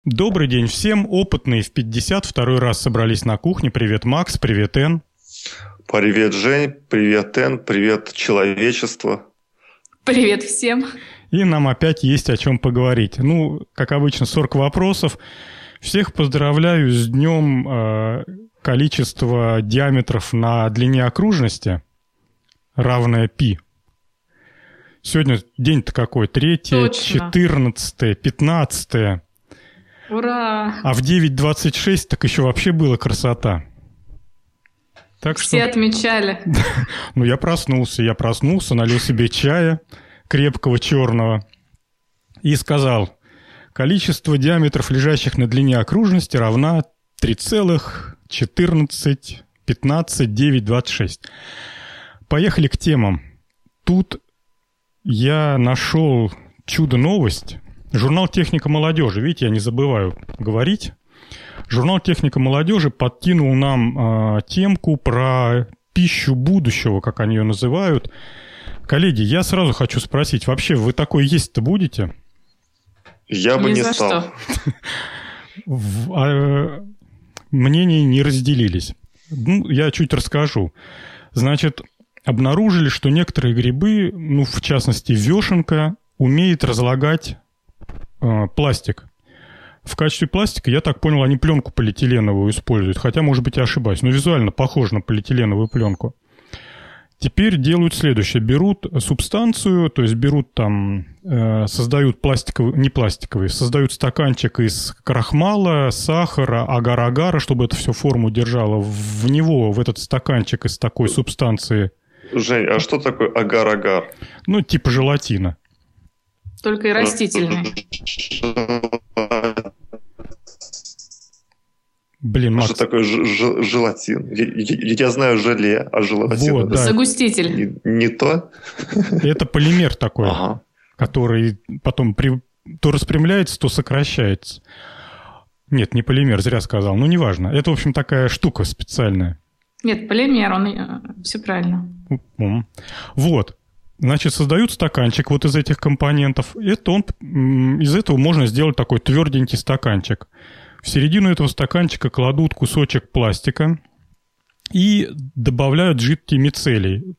Добрый день всем. Опытные в 52-й раз собрались на кухне. Привет, Макс. Привет, Эн. Привет, Жень. Привет, Эн. Привет, человечество. Привет всем. И нам опять есть о чем поговорить. Как обычно, 40 вопросов. Всех поздравляю с днем количества диаметров на длине окружности, равное π. Сегодня день-то какой? 3, 14, 15. Ура! А в 9:26 так еще вообще была красота. Так Все что... отмечали. Я проснулся, налил себе чая крепкого черного и сказал: количество диаметров, лежащих на длине окружности, равна 3,14, 15, 9,26. Поехали к темам. Тут я нашел чудо-новость. Журнал «Техника молодежи». Видите, я не забываю говорить. Журнал «Техника молодежи» подкинул нам темку про пищу будущего, как они ее называют. Коллеги, я сразу хочу спросить, вообще вы такое есть-то будете? Я бы не стал. Мнения не разделились. Я чуть расскажу. Значит, обнаружили, что некоторые грибы, в частности вешенка, умеет разлагать пластик. В качестве пластика, я так понял, они пленку полиэтиленовую используют. Хотя, может быть, я ошибаюсь. Но визуально похоже на полиэтиленовую пленку. Теперь делают следующее. Берут субстанцию, то есть берут там, создают создают стаканчик из крахмала, сахара, агар-агара, чтобы это все форму держало. В него, в этот стаканчик из такой субстанции... Жень, а что такое агар-агар? Типа желатина. Только и растительный. Блин, Макс. Что такое желатин? Я знаю желе, а желатин вот, это... да. Загуститель. Не то? Это полимер такой, который потом то распрямляется, то сокращается. Нет, не полимер, зря сказал. Неважно. Это, в общем, такая штука специальная. Нет, полимер, он все правильно. Вот. Значит, создают стаканчик вот из этих компонентов. Из этого можно сделать такой тверденький стаканчик. В середину этого стаканчика кладут кусочек пластика и добавляют жидкий мицелий.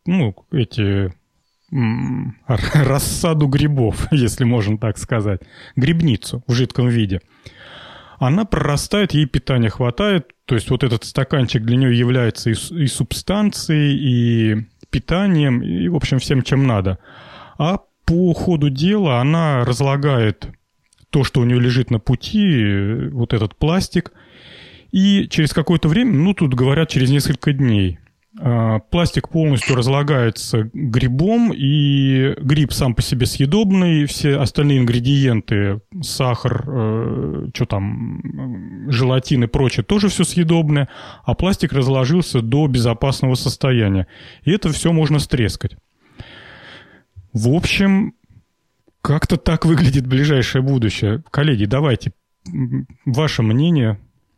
Рассаду грибов, если можно так сказать. Грибницу в жидком виде. Она прорастает, ей питания хватает. То есть вот этот стаканчик для нее является и субстанцией, и питанием, и, в общем, всем, чем надо. А по ходу дела она разлагает то, что у нее лежит на пути, вот этот пластик, и через какое-то время, тут говорят, через несколько дней, пластик полностью разлагается грибом, и гриб сам по себе съедобный, все остальные ингредиенты, сахар, желатин и прочее, тоже все съедобное, а пластик разложился до безопасного состояния. И это все можно стрескать. В общем, как-то так выглядит ближайшее будущее. Коллеги, давайте, ваше мнение.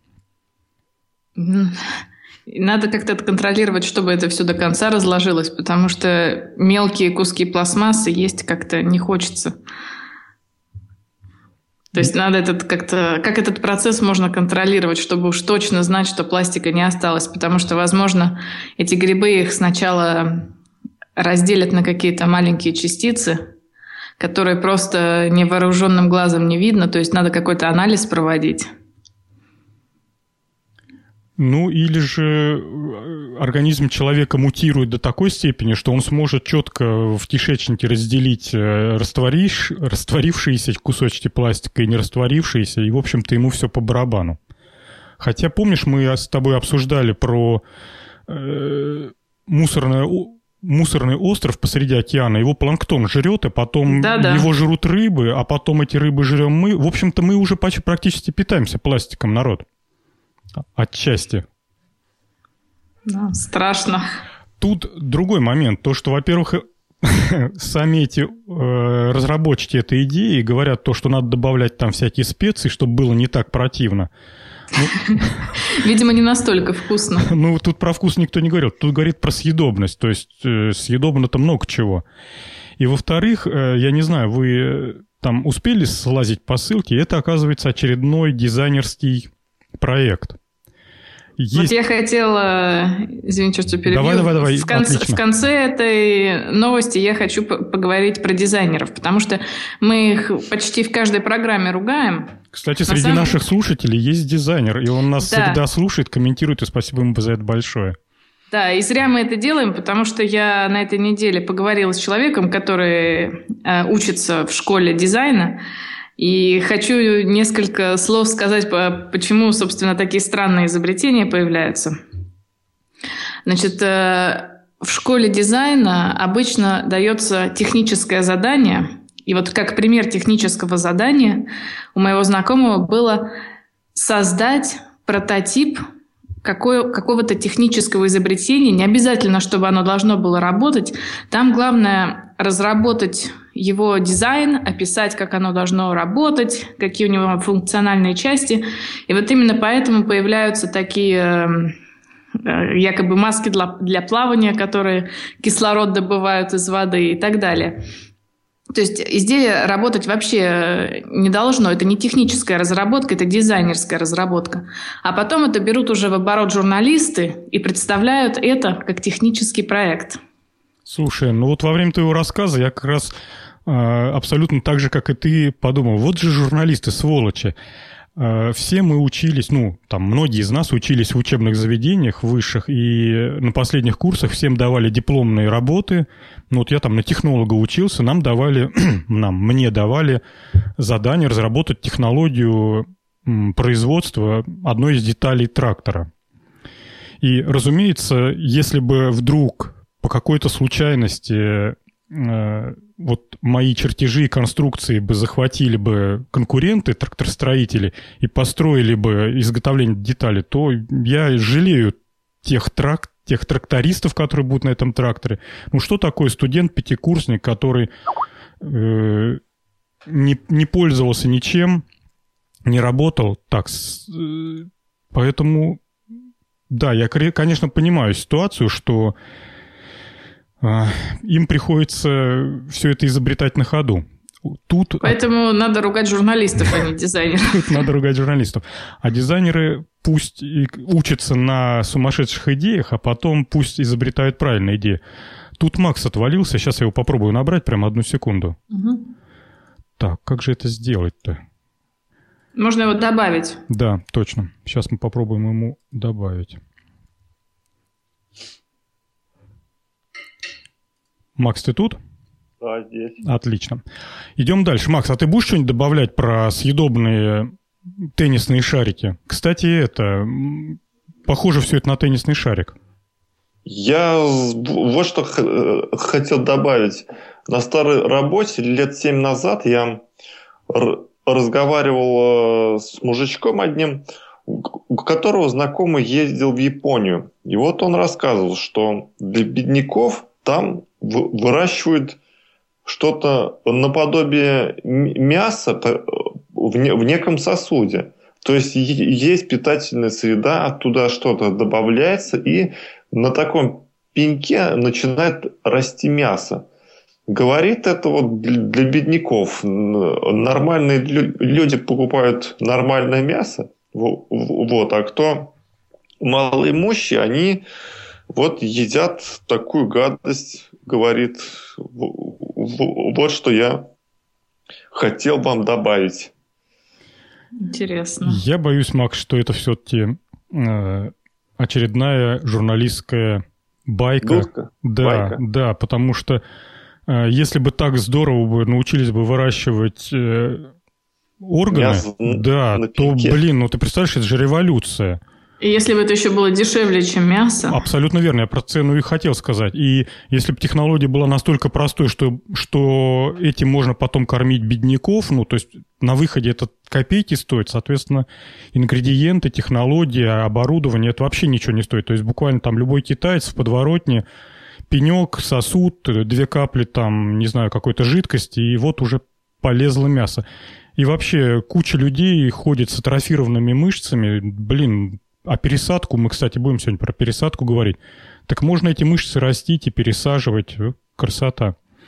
Надо как-то это контролировать, чтобы это все до конца разложилось, потому что мелкие куски пластмассы есть как-то не хочется. То есть надо как этот процесс можно контролировать, чтобы уж точно знать, что пластика не осталось, потому что, возможно, эти грибы их сначала разделят на какие-то маленькие частицы, которые просто невооруженным глазом не видно, то есть надо какой-то анализ проводить. Или же организм человека мутирует до такой степени, что он сможет четко в кишечнике разделить растворившиеся кусочки пластика и не растворившиеся, и, в общем-то, ему все по барабану. Хотя, помнишь, мы с тобой обсуждали про мусорный остров посреди океана, его планктон жрет, и потом его жрут рыбы, а потом эти рыбы жрем мы. В общем-то, мы уже практически питаемся пластиком, народ. Отчасти. Страшно. Тут другой момент. То, что, во-первых, сами эти разработчики этой идеи говорят то, что надо добавлять там всякие специи, чтобы было не так противно. Видимо, не настолько вкусно. Тут про вкус никто не говорил. Тут говорит про съедобность. То есть съедобно-то много чего. И, во-вторых, я не знаю, вы там успели слазить по ссылке, это, оказывается, очередной дизайнерский проект. Вот я хотела, извините, что перебью. Давай. В конце этой новости я хочу поговорить про дизайнеров, потому что мы их почти в каждой программе ругаем. Кстати, среди наших слушателей есть дизайнер, и он нас всегда слушает, комментирует, и спасибо ему за это большое. Да, и зря мы это делаем, потому что я на этой неделе поговорила с человеком, который учится в школе дизайна, и хочу несколько слов сказать, почему, собственно, такие странные изобретения появляются. Значит, в школе дизайна обычно дается техническое задание, и вот как пример технического задания у моего знакомого было создать прототип какого-то технического изобретения. Не обязательно, чтобы оно должно было работать. Там главное разработать его дизайн, описать, как оно должно работать, какие у него функциональные части. И вот именно поэтому появляются такие якобы маски для плавания, которые кислород добывают из воды и так далее. То есть изделие работать вообще не должно. Это не техническая разработка, это дизайнерская разработка. А потом это берут уже в оборот журналисты и представляют это как технический проект. Слушай, ну вот во время твоего рассказа я как раз абсолютно так же, как и ты, подумал, вот же журналисты, сволочи. Все мы учились, многие из нас учились в учебных заведениях высших, и на последних курсах всем давали дипломные работы. Вот я там на технолога учился, мне давали задание разработать технологию производства одной из деталей трактора. И, разумеется, если бы вдруг по какой-то случайности вот мои чертежи и конструкции бы захватили бы конкуренты, тракторостроители, и построили бы изготовление деталей, то я жалею тех трактористов, которые будут на этом тракторе. Ну, что такое студент-пятикурсник, который не пользовался ничем, не работал так? Поэтому, да, я, конечно, понимаю ситуацию, что им приходится все это изобретать на ходу. Поэтому надо ругать журналистов, а не дизайнеров. Тут надо ругать журналистов. А дизайнеры пусть и учатся на сумасшедших идеях, а потом пусть изобретают правильные идеи. Тут Макс отвалился, сейчас я его попробую набрать, прямо 1 секунду. Угу. Так, как же это сделать-то? Можно его добавить. Да, точно. Сейчас мы попробуем ему добавить. Макс, ты тут? Да, здесь. Отлично. Идем дальше. Макс, а ты будешь что-нибудь добавлять про съедобные теннисные шарики? Кстати, похоже все это на теннисный шарик. Я вот что хотел добавить. На старой работе лет 7 назад я разговаривал с мужичком одним, у которого знакомый ездил в Японию. И вот он рассказывал, что для бедняков там выращивают что-то наподобие мяса в неком сосуде. То есть есть питательная среда, оттуда что-то добавляется, и на таком пеньке начинает расти мясо. Говорит, это вот для бедняков. Нормальные люди покупают нормальное мясо, вот, а кто малоимущие, они вот едят такую гадость, говорит. Вот что я хотел вам добавить. Интересно. Я боюсь, Макс, что это все-таки очередная журналистская байка. Дудка? Да, байка. Да, потому что если бы так здорово бы научились бы выращивать органы, мясо то, ты представляешь, это же революция. И если бы это еще было дешевле, чем мясо. Абсолютно верно, я про цену и хотел сказать. И если бы технология была настолько простой, что этим можно потом кормить бедняков, то есть на выходе это копейки стоит, соответственно, ингредиенты, технология, оборудование, это вообще ничего не стоит. То есть буквально там любой китаец в подворотне, пенек, сосуд, 2 капли там, не знаю, какой-то жидкости, и вот уже полезло мясо. И вообще куча людей ходит с атрофированными мышцами, а пересадку, мы, кстати, будем сегодня про пересадку говорить, так можно эти мышцы растить и пересаживать. Красота.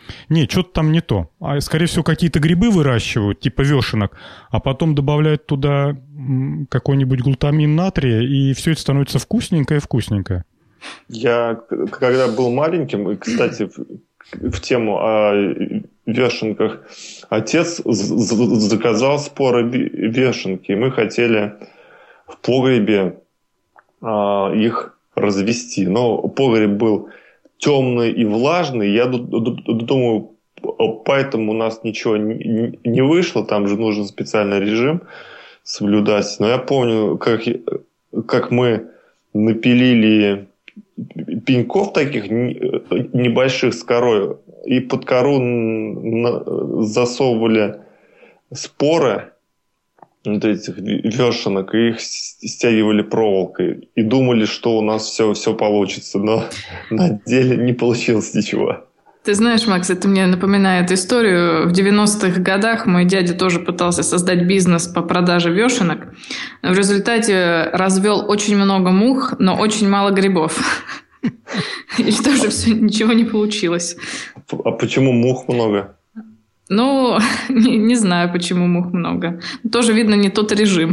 Не, что-то там не то. Скорее всего, какие-то грибы выращивают, типа вешенок, а потом добавляют туда какой-нибудь глутамин натрия, и все это становится вкусненькое-вкусненькое. Я, когда был маленьким, и, кстати, в тему о вешенках, отец заказал споры вешенки, и мы хотели в погребе их развести. Но погреб был темный и влажный. Я думаю, поэтому у нас ничего не вышло. Там же нужен специальный режим соблюдать. Но я помню, как мы напилили пеньков таких небольших с корой и под кору засовывали споры вот этих вешенок и их стягивали проволокой и думали, что у нас все получится, но на деле не получилось ничего. Ты знаешь, Макс, это мне напоминает историю. В 90-х годах мой дядя тоже пытался создать бизнес по продаже вешенок. В результате развел очень много мух, но очень мало грибов. И тоже все, ничего не получилось. А почему мух много? Ну, не знаю, почему мух много. Тоже, видно, не тот режим.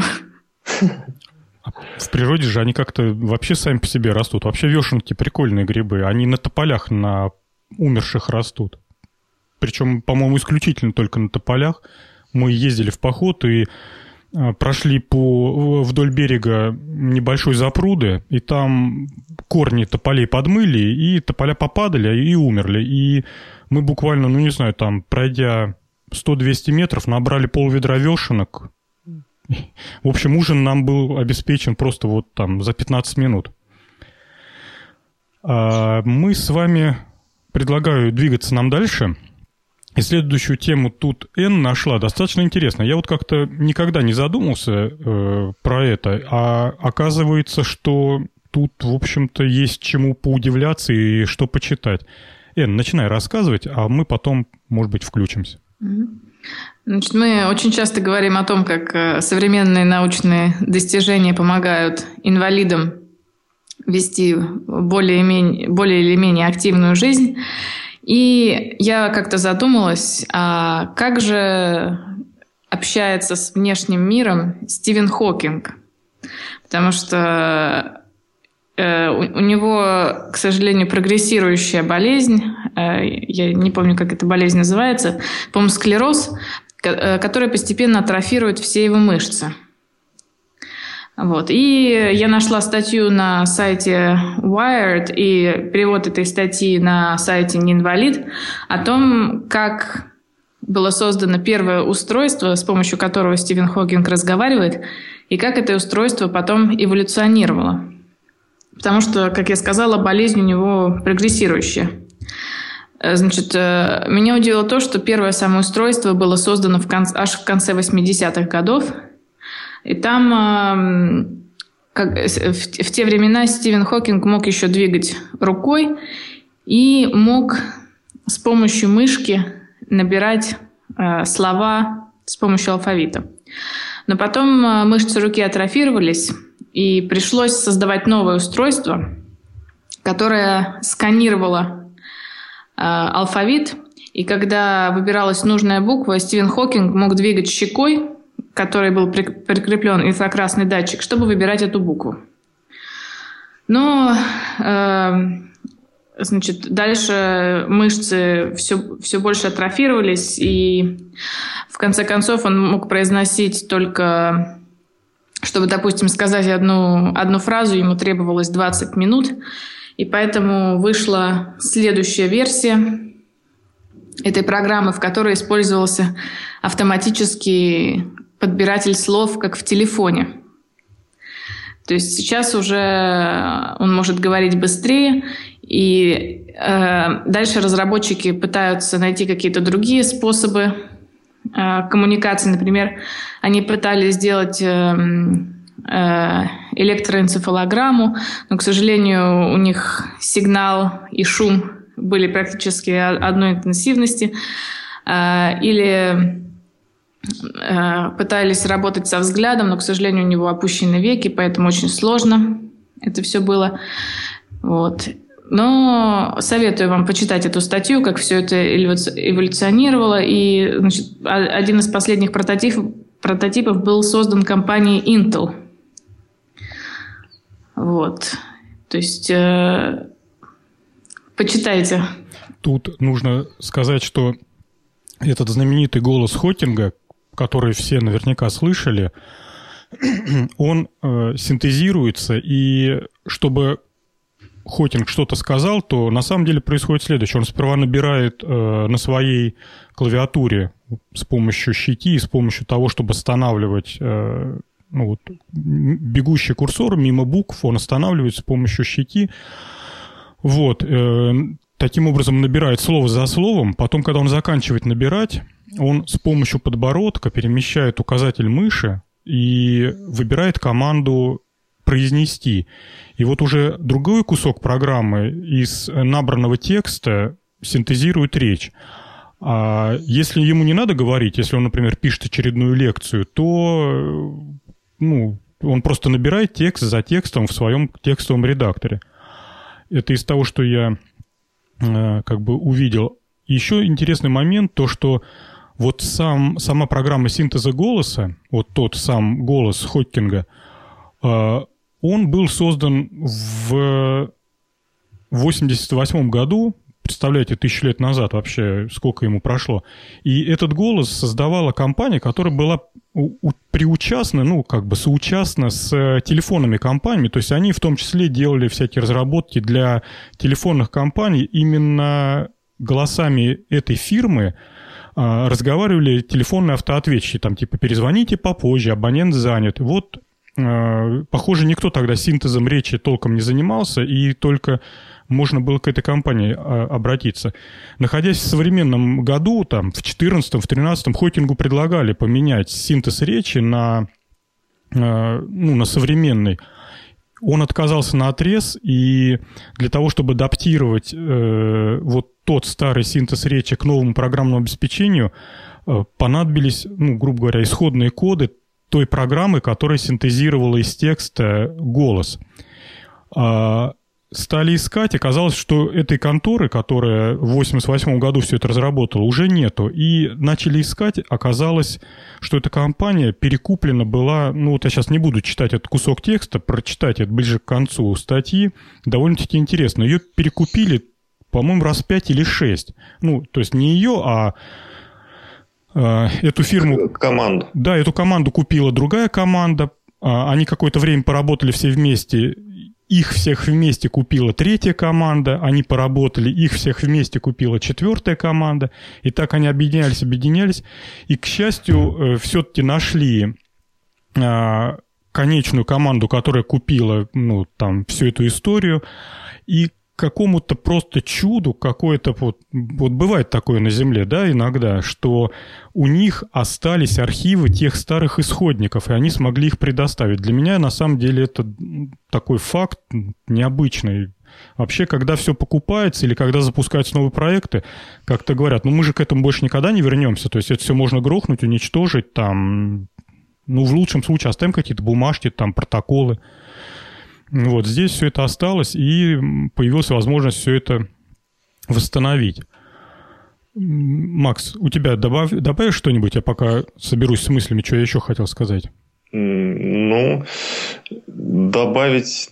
В природе же они как-то вообще сами по себе растут. Вообще вешенки прикольные грибы. Они на тополях, на умерших растут. Причем, по-моему, исключительно только на тополях. Мы ездили в поход и прошли вдоль берега небольшой запруды, и там корни тополей подмыли, и тополя попадали и умерли. И мы буквально, ну не знаю, там, пройдя 100-200 метров, набрали пол-ведра вешенок. В общем, ужин нам был обеспечен просто вот там за 15 минут. Мы с вами... Предлагаю двигаться нам дальше. И следующую тему тут Энн нашла достаточно интересно. Я вот как-то никогда не задумался про это, а оказывается, что тут, в общем-то, есть чему поудивляться и что почитать. Энн, начинай рассказывать, а мы потом, может быть, включимся. Значит, мы очень часто говорим о том, как современные научные достижения помогают инвалидам вести более или менее активную жизнь. И я как-то задумалась, а как же общается с внешним миром Стивен Хокинг? Потому что у него, к сожалению, прогрессирующая болезнь, я не помню, как эта болезнь называется, по-моему, склероз, который постепенно атрофирует все его мышцы. Вот. И я нашла статью на сайте Wired и перевод этой статьи на сайте «Неинвалид» о том, как было создано первое устройство, с помощью которого Стивен Хокинг разговаривает, и как это устройство потом эволюционировало. Потому что, как я сказала, болезнь у него прогрессирующая. Значит, меня удивило то, что первое самоустройство было создано аж в конце 80-х годов. И там в те времена Стивен Хокинг мог еще двигать рукой и мог с помощью мышки набирать слова с помощью алфавита. Но потом мышцы руки атрофировались, и пришлось создавать новое устройство, которое сканировало алфавит. И когда выбиралась нужная буква, Стивен Хокинг мог двигать щекой, который был прикреплен инфракрасный датчик, чтобы выбирать эту букву. Но, значит, дальше мышцы все больше атрофировались, и в конце концов он мог произносить только, чтобы, допустим, сказать одну фразу, ему требовалось 20 минут, и поэтому вышла следующая версия этой программы, в которой использовался автоматический подбиратель слов, как в телефоне. То есть сейчас уже он может говорить быстрее, и дальше разработчики пытаются найти какие-то другие способы коммуникации. Например, они пытались сделать электроэнцефалограмму, но, к сожалению, у них сигнал и шум были практически одной интенсивности. Или пытались работать со взглядом, но, к сожалению, у него опущены веки, поэтому очень сложно это все было. Вот. Но советую вам почитать эту статью, как все это эволюционировало. И, значит, один из последних прототипов был создан компанией Intel. Вот. То есть почитайте. Тут нужно сказать, что этот знаменитый голос Хокинга, который все наверняка слышали, он синтезируется, и чтобы Хокинг что-то сказал, то на самом деле происходит следующее. Он сперва набирает на своей клавиатуре с помощью щеки, с помощью того, чтобы останавливать бегущий курсор мимо букв, он останавливается с помощью щеки. Вот. Таким образом набирает слово за словом. Потом, когда он заканчивает набирать, он с помощью подбородка перемещает указатель мыши и выбирает команду «произнести». И вот уже другой кусок программы из набранного текста синтезирует речь. А если ему не надо говорить, если он, например, пишет очередную лекцию, то он просто набирает текст за текстом в своем текстовом редакторе. Это из того, что я увидел. Еще интересный момент, то, что вот сама программа синтеза голоса, вот тот сам голос Хокинга, он был создан в 1988 году, представляете, 1000 лет назад вообще, сколько ему прошло. И этот голос создавала компания, которая была приучастна, соучастна с телефонными компаниями. То есть они в том числе делали всякие разработки для телефонных компаний. Именно голосами этой фирмы разговаривали телефонные автоответчики. Там типа «перезвоните попозже, абонент занят». Вот, похоже, никто тогда синтезом речи толком не занимался, и только можно было к этой компании обратиться. Находясь в современном году, там, в 2014, в 2013, Хокингу предлагали поменять синтез речи на современный. Он отказался наотрез, и для того, чтобы адаптировать вот тот старый синтез речи к новому программному обеспечению, понадобились, грубо говоря, исходные коды той программы, которая синтезировала из текста голос. Стали искать, оказалось, что этой конторы, которая в 1988 году все это разработала, уже нету. И начали искать, оказалось, что эта компания перекуплена была... я сейчас не буду читать этот кусок текста, прочитать это ближе к концу статьи. Довольно-таки интересно. Ее перекупили, по-моему, раз 5 или 6. То есть не ее, а эту фирму... Команду. Да, эту команду купила другая команда. Они какое-то время поработали все вместе. Их всех вместе купила третья команда, они поработали, их всех вместе купила четвертая команда, и так они объединялись, и, к счастью, все-таки нашли конечную команду, которая купила, всю эту историю, и какому-то просто чуду, какое-то вот бывает такое на Земле, да, иногда, что у них остались архивы тех старых исходников, и они смогли их предоставить. Для меня, на самом деле, это такой факт необычный. Вообще, когда все покупается или когда запускаются новые проекты, как-то говорят, мы же к этому больше никогда не вернемся, то есть это все можно грохнуть, уничтожить, там, в лучшем случае оставим какие-то бумажки, там, протоколы. Вот здесь все это осталось, и появилась возможность все это восстановить. Макс, у тебя добавишь что-нибудь? Я пока соберусь с мыслями, что я еще хотел сказать. Добавить...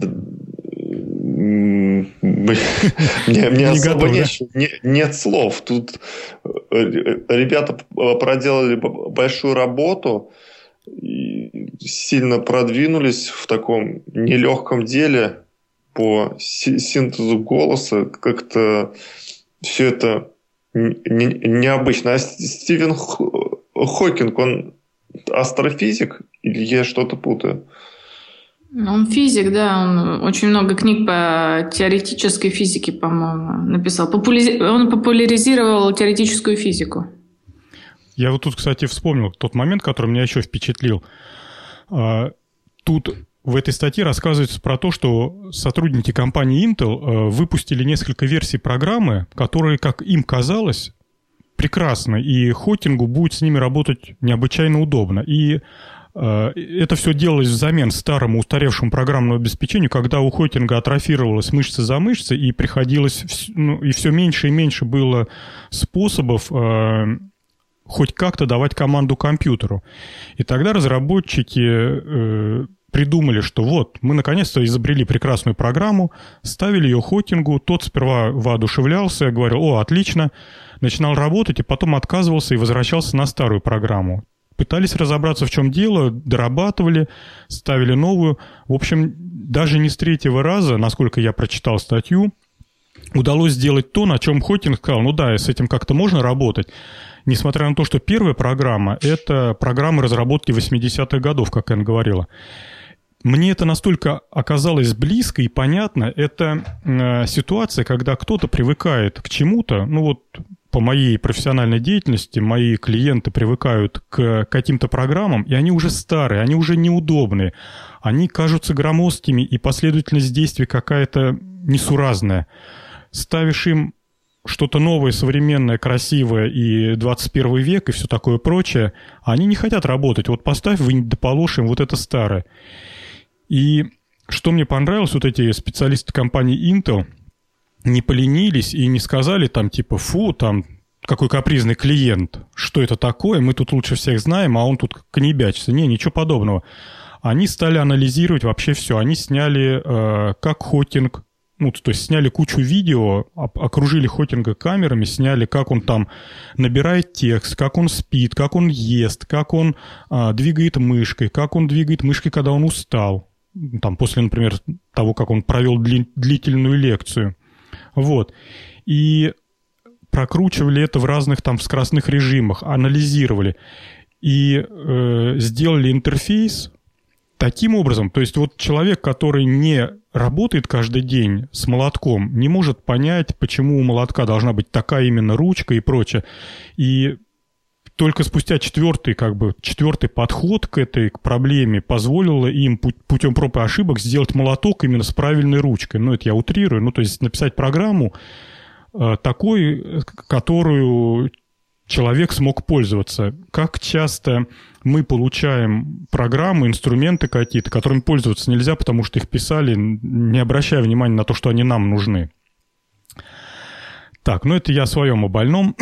Мне особо нет слов. Тут ребята проделали большую работу и сильно продвинулись в таком нелегком деле по синтезу голоса. Как-то все это необычно. А Стивен Хокинг, он астрофизик или я что-то путаю? Он физик, да. Он очень много книг по теоретической физике, по-моему, написал. Он популяризировал теоретическую физику. Я вот тут, кстати, вспомнил тот момент, который меня еще впечатлил. Тут в этой статье рассказывается про то, что сотрудники компании Intel выпустили несколько версий программы, которые, как им казалось, прекрасны, и Хокингу будет с ними работать необычайно удобно. И Это все делалось взамен старому устаревшему программному обеспечению, когда у Хоттинга атрофировалась мышца за мышцей, и приходилось, и все меньше и меньше было способов хоть как-то давать команду компьютеру. И тогда разработчики придумали, что вот, мы наконец-то изобрели прекрасную программу, ставили ее Хоттингу, тот сперва воодушевлялся, говорил: о, отлично, начинал работать, и потом отказывался и возвращался на старую программу. Пытались разобраться, в чем дело, дорабатывали, ставили новую. В общем, даже не с третьего раза, насколько я прочитал статью, удалось сделать то, на чем Хоттинг сказал: ну да, с этим как-то можно работать. Несмотря на то, что первая программа – это программа разработки 80-х годов, как Энн говорила. Мне это настолько оказалось близко и понятно. Это ситуация, когда кто-то привыкает к чему-то, ну вот по моей профессиональной деятельности мои клиенты привыкают к каким-то программам, и они уже старые, они уже неудобные, они кажутся громоздкими, и последовательность действий какая-то несуразная. Ставишь им что-то новое, современное, красивое и 21 век, и все такое прочее, они не хотят работать. Вот поставь, вынь да положь им вот это старое. И что мне понравилось, вот эти специалисты компании Intel не поленились и не сказали там типа: фу, там какой капризный клиент, что это такое, мы тут лучше всех знаем, а он тут конебячится. Не, ничего подобного. Они стали анализировать вообще все. Они сняли, как Хоттинг, ну, то есть сняли кучу видео, окружили Хоттинга камерами, сняли, как он там набирает текст, как он спит, как он ест, как он двигает мышкой, как он двигает мышкой, когда он устал. Там, после, например, того, как он провел длительную лекцию. Вот. И прокручивали это в разных там скоростных режимах, анализировали. И сделали интерфейс таким образом. То есть вот человек, который не работает каждый день с молотком, не может понять, почему у молотка должна быть такая именно ручка и прочее. И только спустя четвертый подход к этой проблеме позволило им путем проб и ошибок сделать молоток именно с правильной ручкой. Ну, это я утрирую. Ну, то есть написать программу такой, которую человек смог пользоваться. Как часто мы получаем программы, инструменты какие-то, которыми пользоваться нельзя, потому что их писали, не обращая внимания на то, что они нам нужны. Так, ну это я о своем, о больном.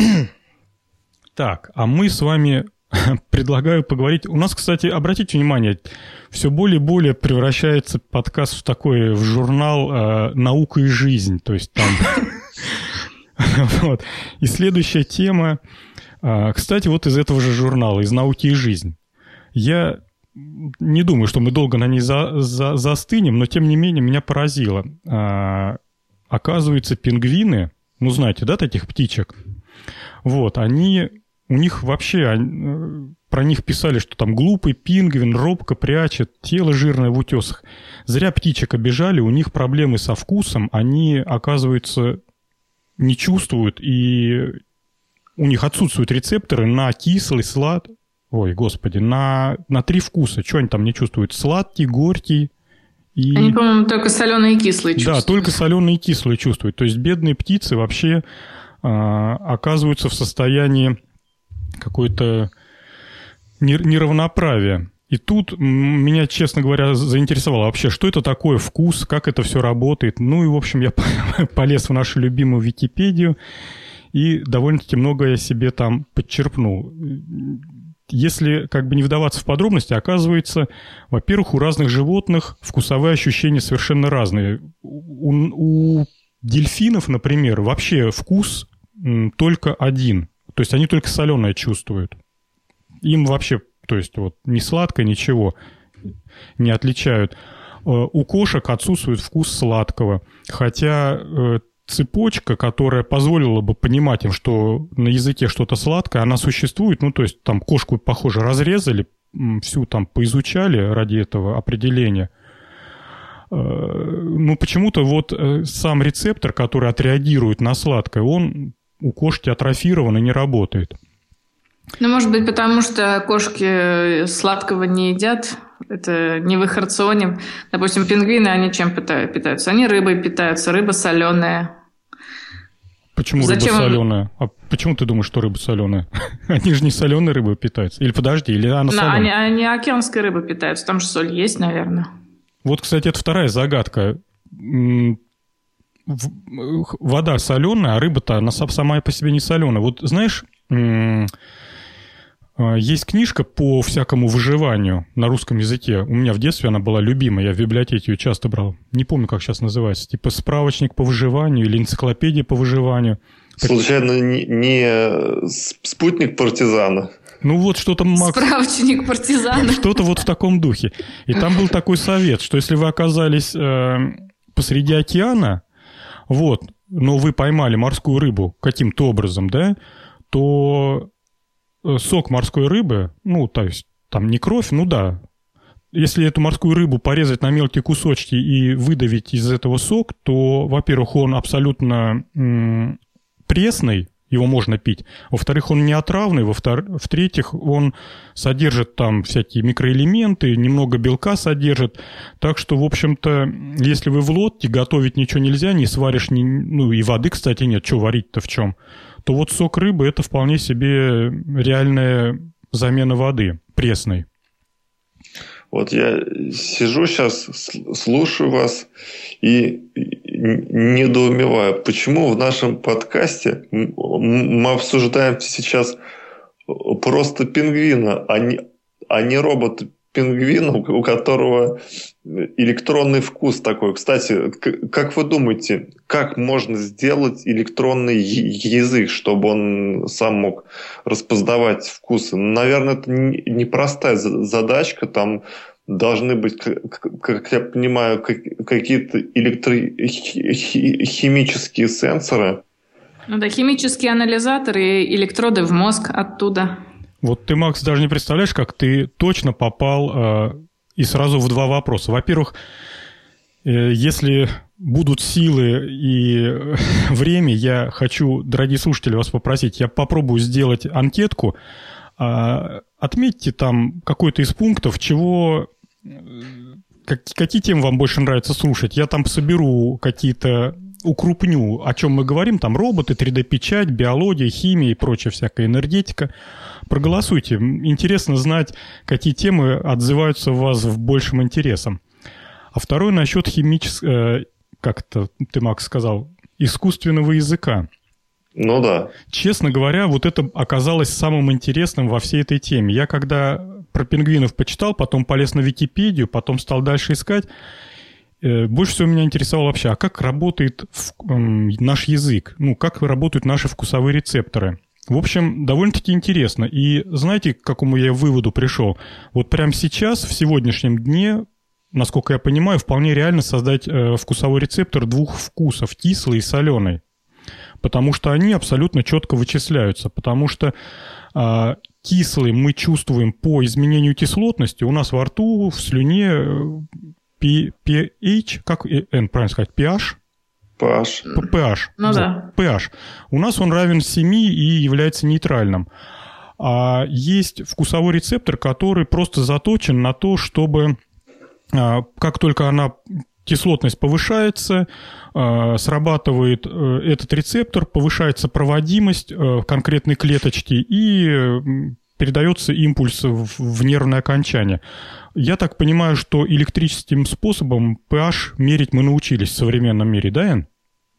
Так, а мы с вами, предлагаю поговорить... У нас, кстати, обратите внимание, все более и более превращается подкаст в такой, в журнал «Наука и жизнь». То есть там... Вот. И следующая тема, кстати, вот из этого же журнала, из «Науки и жизнь». Я не думаю, что мы долго на ней застынем, но тем не менее меня поразило. Оказывается, пингвины, ну знаете, да, таких птичек, вот, у них вообще, про них писали, что там глупый пингвин робко прячет тело жирное в утесах. Зря птичек обижали, у них проблемы со вкусом, они, оказывается, не чувствуют, и у них отсутствуют рецепторы на кислый, сладкий, ой, господи, на 3 вкуса. Что они там не чувствуют? Сладкий, горький и... Они, по-моему, только соленые и кислые чувствуют. Да, только соленые и кислые чувствуют. То есть бедные птицы вообще оказываются в состоянии какой-то неравноправия. И тут меня, честно говоря, заинтересовало вообще, что это такое вкус, как это все работает. Ну и, в общем, я полез в нашу любимую Википедию и довольно-таки многое себе там подчерпнул. Если как бы не вдаваться в подробности, оказывается, во-первых, у разных животных вкусовые ощущения совершенно разные. У дельфинов, например, вообще вкус только один. То есть они только соленое чувствуют. Им вообще, то есть вот ни сладкое, ничего не отличают. У кошек отсутствует вкус сладкого. Хотя цепочка, которая позволила бы понимать им, что на языке что-то сладкое, она существует. Ну, то есть там кошку, похоже, разрезали, всю там поизучали ради этого определения. Но почему-то вот сам рецептор, который отреагирует на сладкое, он у кошки атрофирован и не работает. Ну, может быть, потому что кошки сладкого не едят, это не в их рационе. Допустим, пингвины, они чем питаются? Они рыбой питаются, рыба соленая. Почему рыба соленая? А почему ты думаешь, что рыба соленая? Они же не соленой рыбой питаются. Или подожди, или она соленая? Они океанской рыбой питаются, там же соль есть, наверное. Вот, кстати, это вторая загадка. Вода соленая, а рыба-то она сама по себе не соленая. Вот знаешь, есть книжка по всякому выживанию на русском языке. У меня в детстве она была любимая, я в библиотеке ее часто брал. Не помню, как сейчас называется. Типа справочник по выживанию или энциклопедия по выживанию. Случайно не спутник партизана? Ну вот что-то, Макс... Справочник партизана. Что-то вот в таком духе. И там был такой совет, что если вы оказались посреди океана, вот, но вы поймали морскую рыбу каким-то образом, да, то сок морской рыбы, ну, то есть там не кровь, ну да, если эту морскую рыбу порезать на мелкие кусочки и выдавить из этого сок, то, во-первых, он абсолютно пресный, его можно пить. Во-вторых, он не отравный. В-третьих, он содержит там всякие микроэлементы, немного белка содержит. Так что, в общем-то, если вы в лодке, готовить ничего нельзя, не сваришь, ну и воды, кстати, нет, что варить-то в чем, то вот сок рыбы – это вполне себе реальная замена воды пресной. Вот я сижу сейчас, слушаю вас и недоумеваю, почему в нашем подкасте мы обсуждаем сейчас просто пингвина, а не робот-пингвина, у которого электронный вкус такой. Кстати, как вы думаете, как можно сделать электронный язык, чтобы он сам мог распознавать вкусы? Наверное, это непростая задачка, там должны быть, как я понимаю, какие-то электрохимические сенсоры. Ну да, химические анализаторы и электроды в мозг оттуда. Вот ты, Макс, даже не представляешь, как ты точно попал и сразу в два вопроса. Во-первых, если будут силы и время, я хочу, дорогие слушатели, вас попросить, я попробую сделать анкетку. Отметьте там какой-то из пунктов, какие темы вам больше нравится слушать. Я там соберу какие-то, укрупню, о чем мы говорим, там роботы, 3D-печать, биология, химия и прочая всякая энергетика. Проголосуйте. Интересно знать, какие темы отзываются у вас в большем интересом. А второй насчет химического, как это ты, Макс, сказал, искусственного языка. Ну да. Честно говоря, вот это оказалось самым интересным во всей этой теме. Я когда про пингвинов почитал, потом полез на Википедию, потом стал дальше искать, больше всего меня интересовало вообще, а как работает наш язык, ну, как работают наши вкусовые рецепторы. В общем, довольно-таки интересно. И знаете, к какому я выводу пришел? Вот прямо сейчас, в сегодняшнем дне, насколько я понимаю, вполне реально создать вкусовой рецептор двух вкусов, кислый и соленый. Потому что они абсолютно четко вычисляются. Потому что кислый мы чувствуем по изменению кислотности. У нас во рту, в слюне pH, как правильно сказать, pH? pH. Ну вот, да. pH. У нас он равен 7 и является нейтральным. А есть вкусовой рецептор, который просто заточен на то, чтобы как только кислотность повышается, срабатывает этот рецептор, повышается проводимость конкретной клеточки и передается импульс в нервное окончание. Я так понимаю, что электрическим способом pH мерить мы научились в современном мире, да, Эн?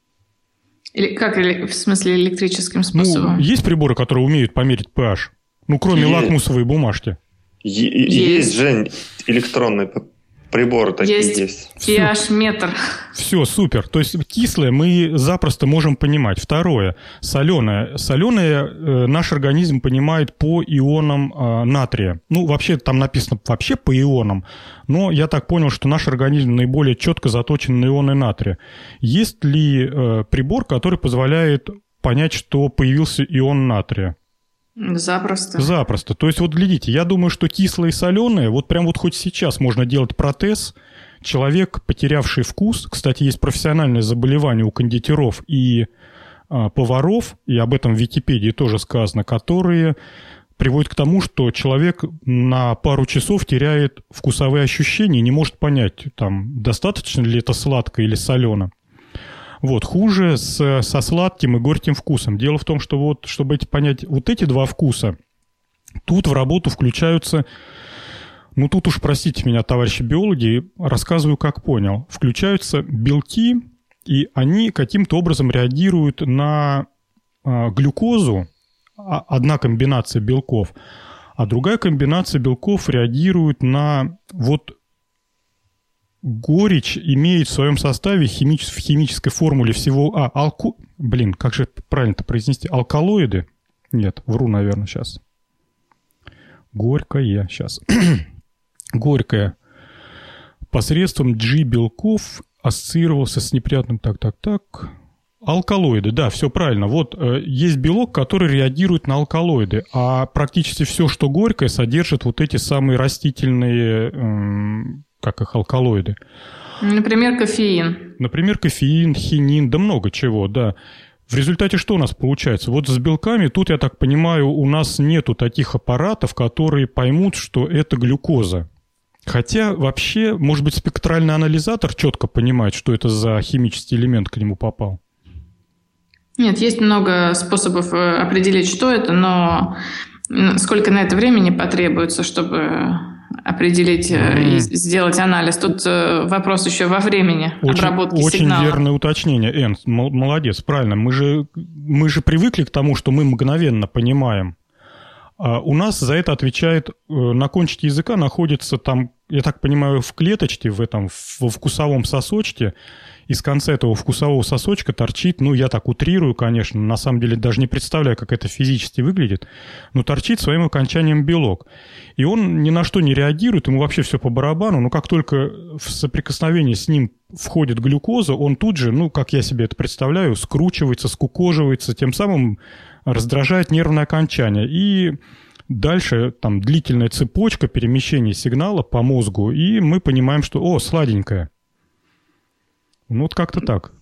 Как в смысле электрическим способом? Ну, есть приборы, которые умеют померить pH? Ну, кроме лакмусовой бумажки. Есть, Жень, электронные приборы такие есть. pH-метр. Все, супер. То есть кислое мы запросто можем понимать. Второе. Соленое. Соленое наш организм понимает по ионам натрия. Ну, вообще там написано вообще по ионам, но я так понял, что наш организм наиболее четко заточен на ионы натрия. Есть ли прибор, который позволяет понять, что появился ион натрия? Запросто. Запросто. То есть, вот глядите, я думаю, что кислое и соленое, вот прям вот хоть сейчас можно делать протез. Человек, потерявший вкус, кстати, есть профессиональное заболевание у кондитеров и поваров, и об этом в Википедии тоже сказано, которые приводят к тому, что человек на пару часов теряет вкусовые ощущения и не может понять, там, достаточно ли это сладко или солено. Вот, хуже со сладким и горьким вкусом. Дело в том, что вот, чтобы понять вот эти два вкуса, тут в работу включаются, ну тут уж простите меня, товарищи биологи, рассказываю, как понял, включаются белки, и они каким-то образом реагируют на глюкозу, одна комбинация белков, а другая комбинация белков реагирует на вот горечь, имеет в своем составе в химической формуле всего... как же правильно-то произнести? Алкалоиды? Нет, вру, наверное, сейчас. Горькое, сейчас. Горькое. Посредством G-белков ассоциировался с неприятным... Алкалоиды, да, все правильно. Вот есть белок, который реагирует на алкалоиды, а практически все, что горькое, содержит вот эти самые растительные, как их, алкалоиды. Например, кофеин. Например, кофеин, хинин, да много чего, да. В результате что у нас получается? Вот с белками тут, я так понимаю, у нас нету таких аппаратов, которые поймут, что это глюкоза. Хотя вообще, может быть, спектральный анализатор четко понимает, что это за химический элемент к нему попал. Нет, есть много способов определить, что это, но сколько на это времени потребуется, чтобы определить и сделать анализ. Тут вопрос еще во времени обработки сигнала. Очень верное уточнение, Энн, молодец, правильно. Мы же привыкли к тому, что мы мгновенно понимаем. У нас за это отвечает, на кончике языка находится там, я так понимаю, в клеточке, во вкусовом сосочке. Из конца этого вкусового сосочка торчит, ну, я так утрирую, конечно, на самом деле даже не представляю, как это физически выглядит, но торчит своим окончанием белок. И он ни на что не реагирует, ему вообще все по барабану, но как только в соприкосновение с ним входит глюкоза, он тут же, ну, как я себе это представляю, скручивается, скукоживается, тем самым раздражает нервное окончание. И дальше там длительная цепочка перемещения сигнала по мозгу, и мы понимаем, что, сладенькое. Ну, вот как-то так.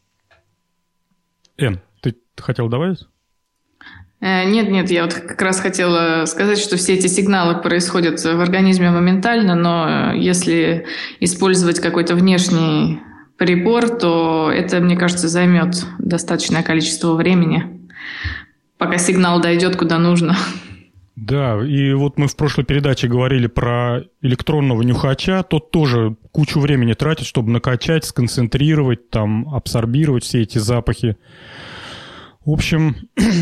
Эн, ты хотел добавить? Нет, я вот как раз хотела сказать, что все эти сигналы происходят в организме моментально, но если использовать какой-то внешний прибор, то это, мне кажется, займет достаточное количество времени, пока сигнал дойдет куда нужно. Да, и вот мы в прошлой передаче говорили про электронного нюхача, тот тоже кучу времени тратит, чтобы накачать, сконцентрировать, там, абсорбировать все эти запахи. В общем,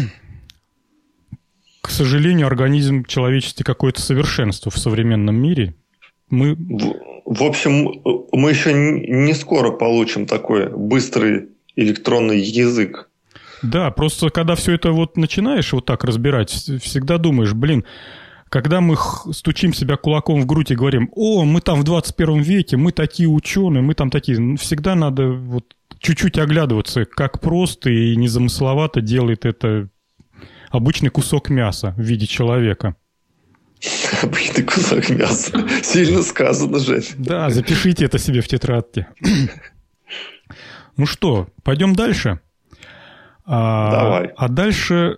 к сожалению, организм человеческий какое-то совершенство в современном мире. В общем, мы еще не скоро получим такой быстрый электронный язык. Да, просто когда все это вот начинаешь вот так разбирать, всегда думаешь, когда мы стучим себя кулаком в грудь и говорим, мы там в 21 веке, мы такие ученые, мы там такие, всегда надо вот чуть-чуть оглядываться, как просто и незамысловато делает это обычный кусок мяса в виде человека. Обычный кусок мяса. Сильно сказано, Жень. Да, запишите это себе в тетрадке. Ну что, пойдем дальше? Давай. А дальше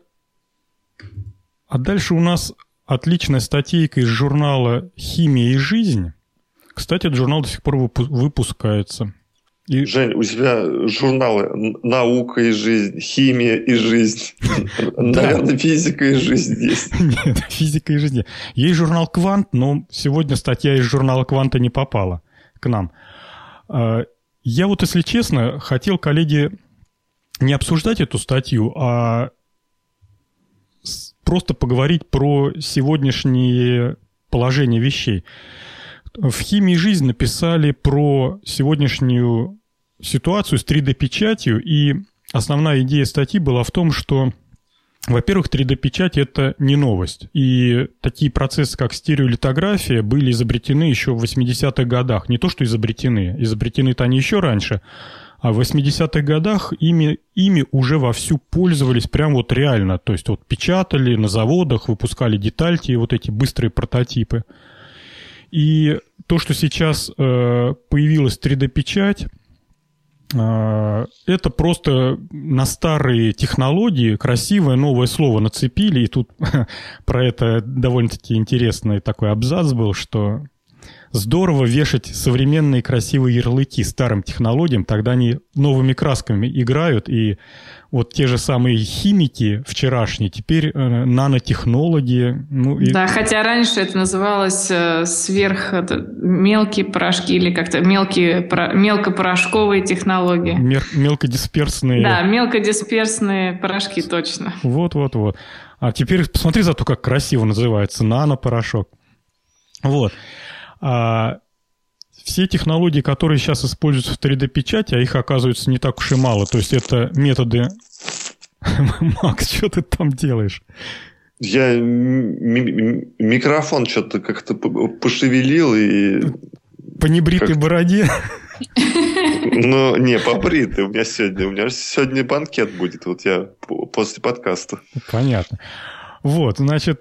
у нас отличная статейка из журнала «Химия и жизнь». Кстати, этот журнал до сих пор выпускается. Жень, у тебя журналы «Наука и жизнь», «Химия и жизнь». Наверное, «Физика и жизнь» есть. Нет, «Физика и жизнь». Есть журнал «Квант», но сегодня статья из журнала «Кванта» не попала к нам. Я вот, если честно, хотел, коллеги, не обсуждать эту статью, а просто поговорить про сегодняшнее положение вещей. В «Химии и жизнь» написали про сегодняшнюю ситуацию с 3D-печатью, и основная идея статьи была в том, что, во-первых, 3D-печать – это не новость. И такие процессы, как стереолитография, были изобретены еще в 80-х годах. Не то, что изобретены-то они еще раньше, а в 80-х годах ими уже вовсю пользовались прям вот реально. То есть вот печатали на заводах, выпускали детальки, вот эти быстрые прототипы. И то, что сейчас появилась 3D-печать, это просто на старые технологии красивое новое слово нацепили. И тут про это довольно-таки интересный такой абзац был, что здорово вешать современные красивые ярлыки старым технологиям, тогда они новыми красками играют, и вот те же самые химики вчерашние, теперь нанотехнологи. Да, хотя раньше это называлось мелкие порошки или как-то мелкопорошковые технологии. Мелкодисперсные. Да, мелкодисперсные порошки, точно. Вот. А теперь посмотри зато, как красиво называется, нанопорошок. Вот. Все технологии, которые сейчас используются в 3D-печати, а их оказывается не так уж и мало. То есть это методы... Макс, что ты там делаешь? Я микрофон что-то как-то пошевелил и... По небритой бороде? Ну, не, побритый. У меня сегодня банкет будет. Вот я после подкаста. Понятно. Вот, значит...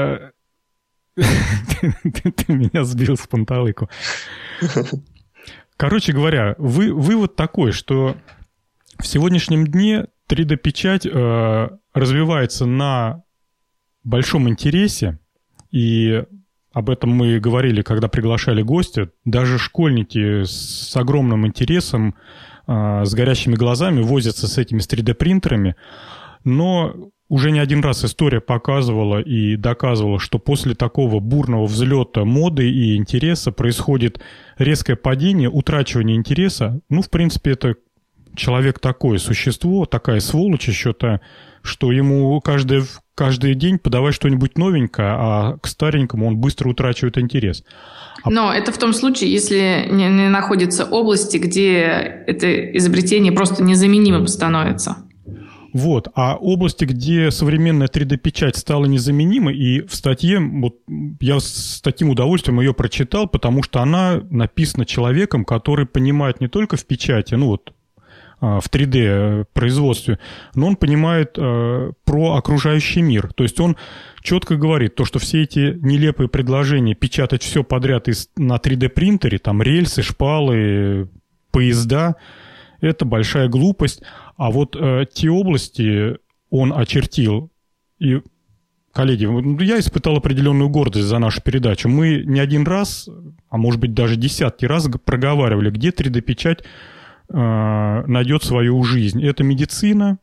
Ты меня сбил с панталыку. Короче говоря, вывод такой, что в сегодняшнем дне 3D-печать развивается на большом интересе, и об этом мы говорили, когда приглашали гостя. Даже школьники с огромным интересом, с горящими глазами возятся с этими 3D-принтерами, но... Уже не один раз история показывала и доказывала, что после такого бурного взлета моды и интереса происходит резкое падение, утрачивание интереса. Ну, в принципе, это человек такое существо, такая сволочь еще-то, что ему каждый день подавай что-нибудь новенькое, а к старенькому он быстро утрачивает интерес. Но это в том случае, если не находятся области, где это изобретение просто незаменимым становится. Вот, а области, где современная 3D-печать стала незаменимой, и в статье, вот я с таким удовольствием ее прочитал, потому что она написана человеком, который понимает не только в печати, ну вот, в 3D-производстве, но он понимает про окружающий мир. То есть он четко говорит, то, что все эти нелепые предложения печатать все подряд на 3D-принтере, там рельсы, шпалы, поезда, это большая глупость. А вот те области он очертил. И, коллеги, я испытал определенную гордость за нашу передачу. Мы не один раз, а может быть даже десятки раз проговаривали, где 3D-печать найдет свою жизнь. Это медицина,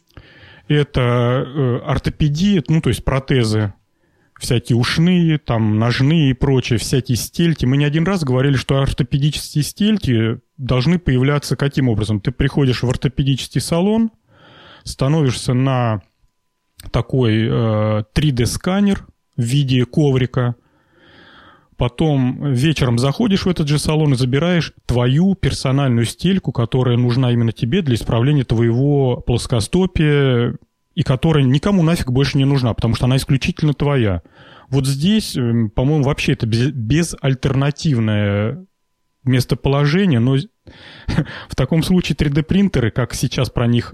это ортопедия, ну то есть протезы, всякие ушные, там ножные и прочее, всякие стельки. Мы не один раз говорили, что ортопедические стельки должны появляться каким образом? Ты приходишь в ортопедический салон, становишься на такой 3D-сканер в виде коврика, потом вечером заходишь в этот же салон и забираешь твою персональную стельку, которая нужна именно тебе для исправления твоего плоскостопия, и которая никому нафиг больше не нужна, потому что она исключительно твоя. Вот здесь, по-моему, вообще это безальтернативное местоположение, но в таком случае 3D-принтеры, как сейчас про них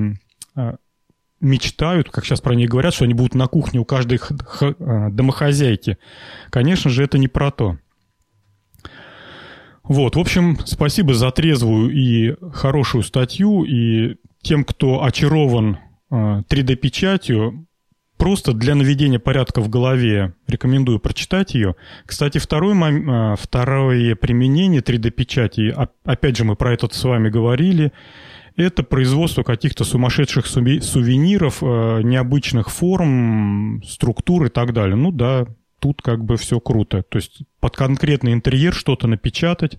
мечтают, как сейчас про них говорят, что они будут на кухне у каждой домохозяйки, конечно же, это не про то. Вот, в общем, спасибо за трезвую и хорошую статью, и тем, кто очарован 3D-печатью, просто для наведения порядка в голове рекомендую прочитать ее. Кстати, второе применение 3D-печати, опять же, мы про это с вами говорили, это производство каких-то сумасшедших сувениров, необычных форм, структур и так далее. Ну да, тут как бы все круто. То есть под конкретный интерьер что-то напечатать.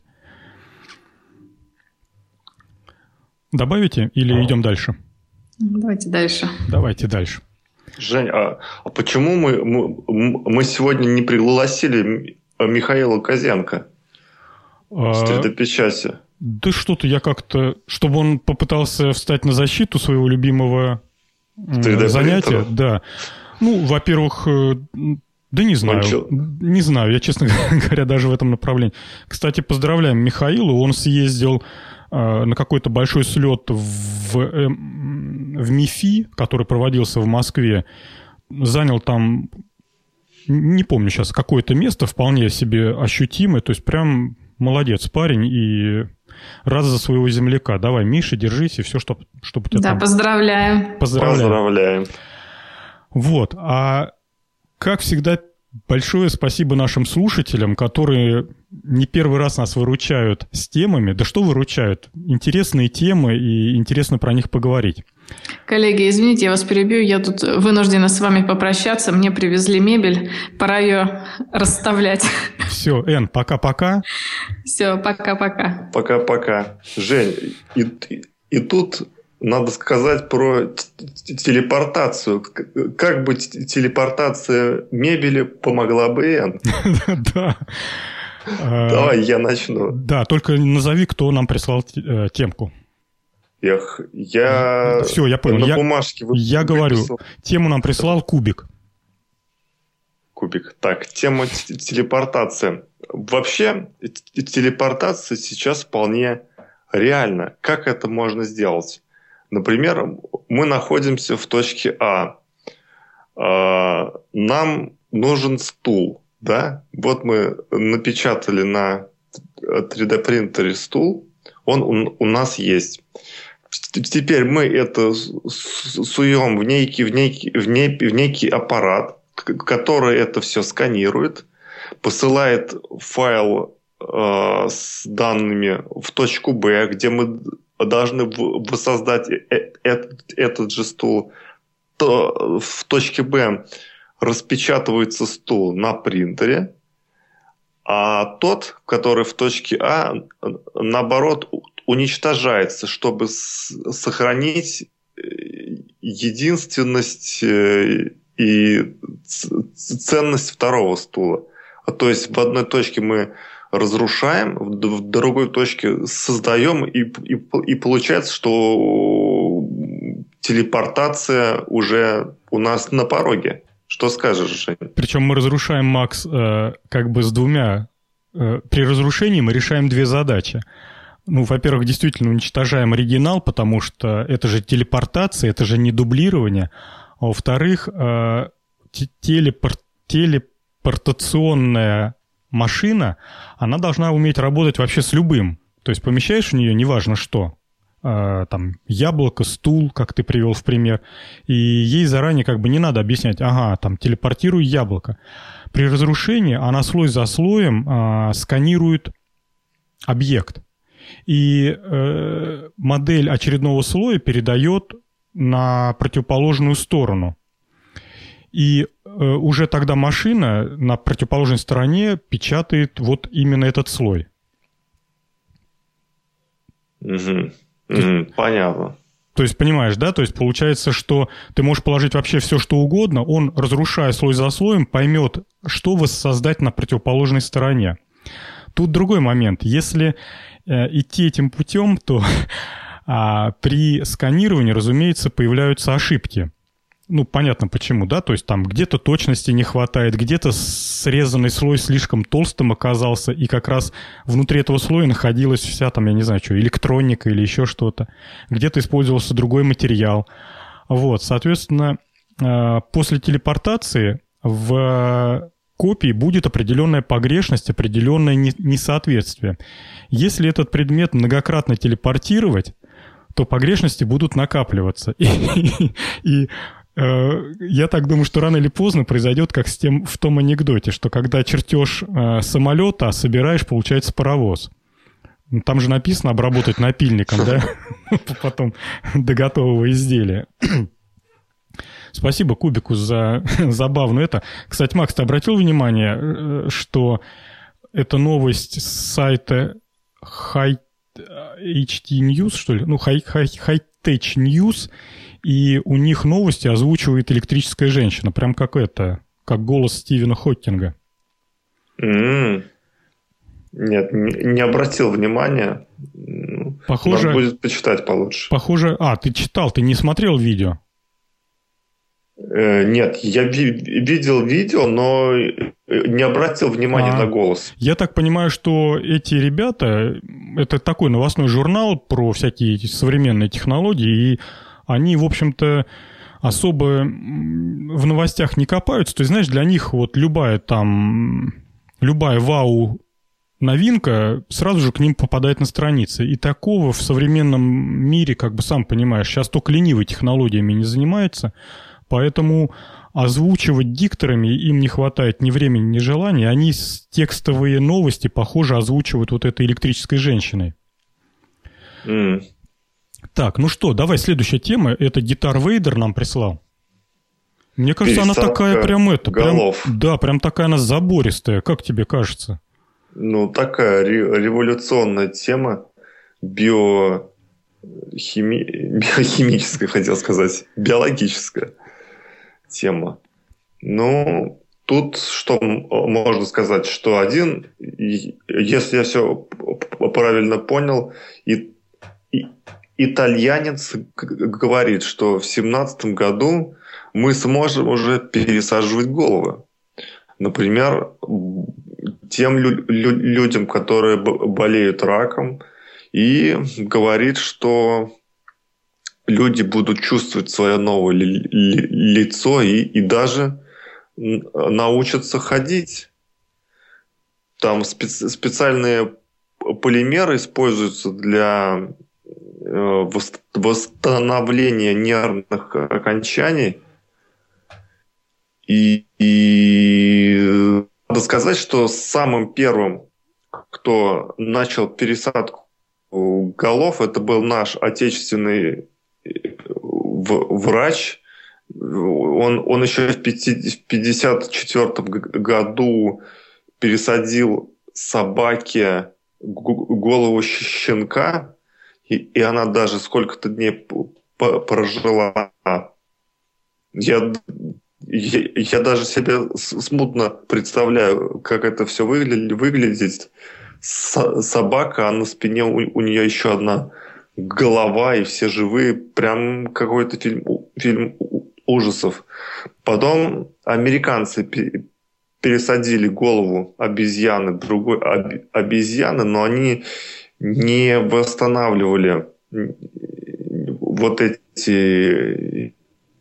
Добавите или идем дальше? Давайте дальше. Жень, а почему мы сегодня не пригласили Михаила Козенко с 3D-печати? Да что-то я как-то... Чтобы он попытался встать на защиту своего любимого занятия. Да. Ну, во-первых, да не знаю. Не знаю, я, честно говоря, даже в этом направлении. Кстати, поздравляем Михаила. Он съездил на какой-то большой слет в МИФИ, который проводился в Москве. Занял там, не помню сейчас, какое-то место вполне себе ощутимое. То есть прям молодец парень и рад за своего земляка. Давай, Миша, держись, и все, чтобы у тебя там... Поздравляем. Поздравляем. Вот. А как всегда Большое спасибо нашим слушателям, которые не первый раз нас выручают с темами. Да что выручают? Интересные темы, и интересно про них поговорить. Коллеги, извините, я вас перебью. Я тут вынуждена с вами попрощаться. Мне привезли мебель. Пора ее расставлять. Все, Эн, пока-пока. Все, пока-пока. Пока-пока. Жень, и тут надо сказать про телепортацию. Как бы телепортация мебели помогла бы Эн? Да. Давай я начну. Да, только назови, кто нам прислал темку. Все, я понял. На бумажке я говорю, тему нам прислал Кубик. Кубик. Так, тема телепортация. Вообще, телепортация сейчас вполне реальна. Как это можно сделать? Например, мы находимся в точке А. Нам нужен стул. Да? Вот мы напечатали на 3D-принтере стул. Он у нас есть. Теперь мы это суем в некий аппарат, который это все сканирует, посылает файл с данными в точку Б, где мы должны воссоздать этот же стул. То в точке Б распечатывается стул на принтере, а тот, который в точке А, наоборот, уничтожается, чтобы сохранить единственность и ценность второго стула. То есть в одной точке мы разрушаем, в другой точке создаем, и получается, что телепортация уже у нас на пороге. Что скажешь, Жень? Причем мы разрушаем, Макс, как бы с двумя... При разрушении мы решаем две задачи. Ну, во-первых, действительно уничтожаем оригинал, потому что это же телепортация, это же не дублирование. А во-вторых, телепортационная машина, она должна уметь работать вообще с любым. То есть помещаешь в нее неважно что, там яблоко, стул, как ты привел в пример, и ей заранее как бы не надо объяснять, ага, там телепортируй яблоко. При разрушении она слой за слоем сканирует объект. И модель очередного слоя передает на противоположную сторону. И уже тогда машина на противоположной стороне печатает вот именно этот слой. Понятно. То есть, понимаешь, да? То есть, получается, что ты можешь положить вообще все, что угодно, он, разрушая слой за слоем, поймет, что воссоздать на противоположной стороне. Тут другой момент. Если идти этим путем, то при сканировании, разумеется, появляются ошибки. Ну, понятно почему, да? То есть там где-то точности не хватает, где-то срезанный слой слишком толстым оказался, и как раз внутри этого слоя находилась вся там, я не знаю, что, электроника или еще что-то. Где-то использовался другой материал. Вот, соответственно, после телепортации в копии будет определенная погрешность, определенное несоответствие. Если этот предмет многократно телепортировать, то погрешности будут накапливаться. И я так думаю, что рано или поздно произойдет, как в том анекдоте, что когда чертеж самолета собираешь, получается паровоз. Там же написано обработать напильником, да? Потом до готового изделия. Спасибо Кубику за забавную это. Кстати, Макс, ты обратил внимание, что это новость с сайта HT News, что ли? Ну, High Tech News, и у них новости озвучивает электрическая женщина, прям как голос Стивена Хокинга. Нет, не обратил внимания. Похоже, надо будет почитать получше. Похоже, ты читал, ты не смотрел видео? Нет, я видел видео, но не обратил внимания на голос. Я так понимаю, что эти ребята, это такой новостной журнал про всякие современные технологии, и они, в общем-то, особо в новостях не копаются. То есть, знаешь, для них вот любая вау-новинка сразу же к ним попадает на страницы. И такого в современном мире, как бы сам понимаешь, сейчас только ленивый технологиями не занимается. Поэтому озвучивать дикторами им не хватает ни времени, ни желания. Они текстовые новости, похоже, озвучивают вот этой электрической женщиной. Так, ну что, давай следующая тема. Это Гитар Вейдер нам прислал. Мне кажется, она такая прям голов. прям такая она забористая. Как тебе кажется? Ну, такая революционная тема. Биохимическая, хотел сказать. Биологическая тема. Ну, тут что можно сказать? Что один, если я все правильно понял, итальянец говорит, что в 2017 году мы сможем уже пересаживать головы. Например, тем людям, которые болеют раком, и говорит, что люди будут чувствовать свое новое лицо и даже научатся ходить. Там специальные полимеры используются для восстановления нервных окончаний. И надо сказать, что самым первым, кто начал пересадку голов, это был наш отечественный врач. Он еще в 1954 году пересадил собаке голову щенка, и она даже сколько-то дней прожила. Я даже себе смутно представляю, как это все выглядит. Собака, а на спине у нее еще одна голова, и все живые. Прям какой-то фильм ужасов. Потом американцы пересадили голову обезьяны, другой обезьяны, но они не восстанавливали вот эти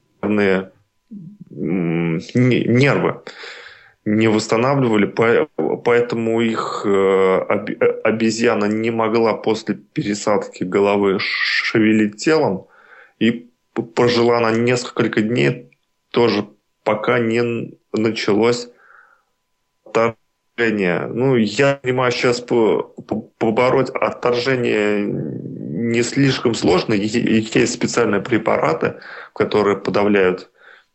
нервы, не восстанавливали, поэтому их обезьяна не могла после пересадки головы шевелить телом, и прожила она несколько дней, тоже пока не началось отторжение. Ну, я понимаю, сейчас побороть отторжение не слишком сложно. Есть специальные препараты, которые подавляют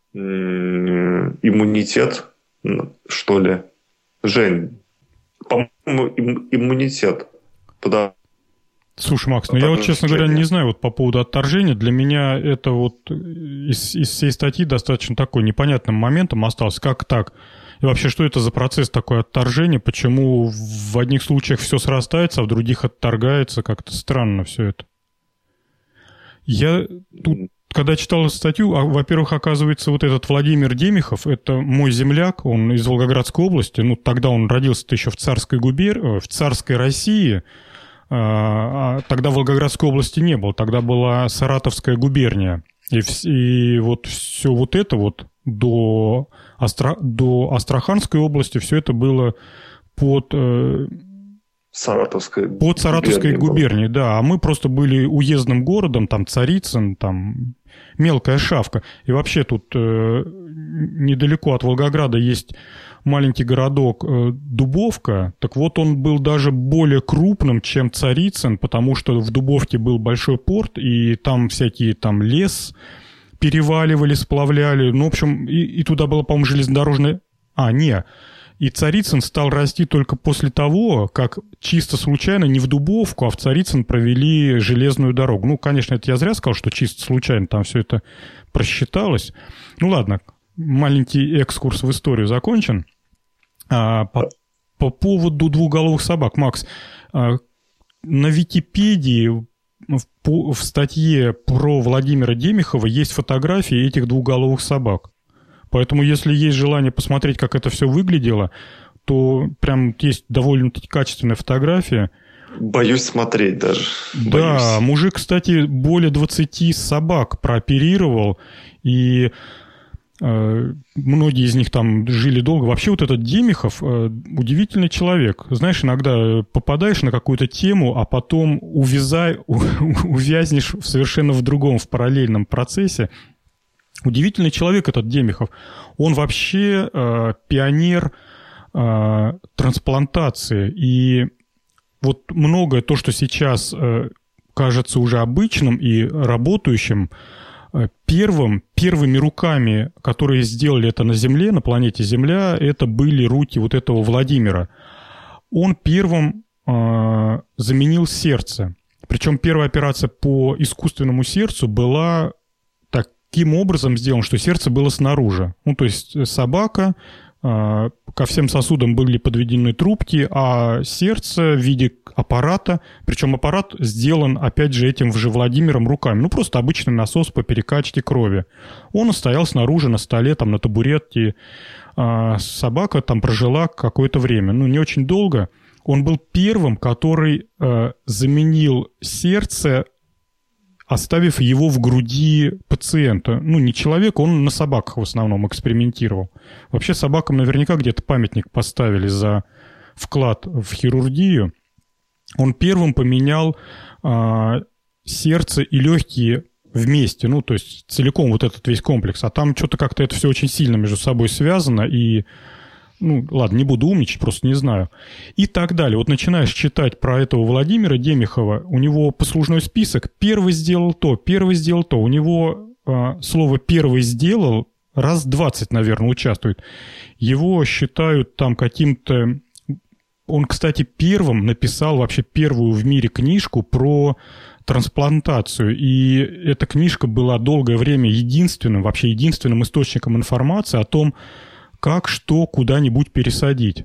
иммунитет, что ли. Жень, по-моему, иммунитет подавляет. Слушай, Макс, ну я вот, честно говоря, не знаю вот по поводу отторжения. Для меня это вот из всей статьи достаточно такой непонятным моментом остался. Как так? И вообще, что это за процесс такой отторжения? Почему в одних случаях все срастается, а в других отторгается? Как-то странно все это. Я тут, когда читал эту статью, во-первых, оказывается, вот этот Владимир Демихов, это мой земляк, он из Волгоградской области. Ну, тогда он родился-то еще в Царской в Царской России. Тогда Волгоградской области не было, тогда была Саратовская губерния. И вот все вот это вот до Астраханской области, все это было под Саратовской губернией, да. А мы просто были уездным городом, там Царицын, там мелкая шавка. И вообще тут недалеко от Волгограда есть маленький городок Дубовка. Так вот, он был даже более крупным, чем Царицын, потому что в Дубовке был большой порт, и там всякие там лес переваливали, сплавляли. Ну, в общем, и туда было, по-моему, железнодорожное... И Царицын стал расти только после того, как чисто случайно не в Дубовку, а в Царицын провели железную дорогу. Ну, конечно, это я зря сказал, что чисто случайно там все это просчиталось. Ну, ладно, маленький экскурс в историю закончен. По поводу двуголовых собак, Макс, на Википедии в статье про Владимира Демихова есть фотографии этих двуголовых собак. Поэтому, если есть желание посмотреть, как это все выглядело, то прям есть довольно-таки качественная фотография. Боюсь смотреть даже. Да, мужик, кстати, более 20 собак прооперировал, и многие из них там жили долго. Вообще вот этот Демихов удивительный человек. Знаешь, иногда попадаешь на какую-то тему, а потом увязнешь совершенно в другом, в параллельном процессе. Удивительный человек этот Демихов. Он вообще пионер трансплантации. И вот многое то, что сейчас кажется уже обычным и работающим, первыми руками, которые сделали это на Земле, на планете Земля, это были руки вот этого Владимира. Он первым заменил сердце. Причем первая операция по искусственному сердцу была таким образом сделана, что сердце было снаружи. Ну, то есть собака, ко всем сосудам были подведены трубки, а сердце в виде аппарата, причем аппарат сделан, опять же, этим же Владимиром руками. Ну, просто обычный насос по перекачке крови. Он стоял снаружи на столе, там, на табуретке. Собака там прожила какое-то время. Ну, не очень долго. Он был первым, который заменил сердце, оставив его в груди пациента. Ну, не человек, он на собаках в основном экспериментировал. Вообще собакам наверняка где-то памятник поставили за вклад в хирургию. Он первым поменял сердце и легкие вместе, ну, то есть целиком вот этот весь комплекс. А там что-то как-то это все очень сильно между собой связано, и, ну, ладно, не буду умничать, просто не знаю. И так далее. Вот начинаешь читать про этого Владимира Демихова, у него послужной список, первый сделал то. У него слово «первый сделал» раз 20, наверное, участвует. Его считают там каким-то... Он, кстати, первым написал вообще первую в мире книжку про трансплантацию. И эта книжка была долгое время единственным источником информации о том, как что куда-нибудь пересадить.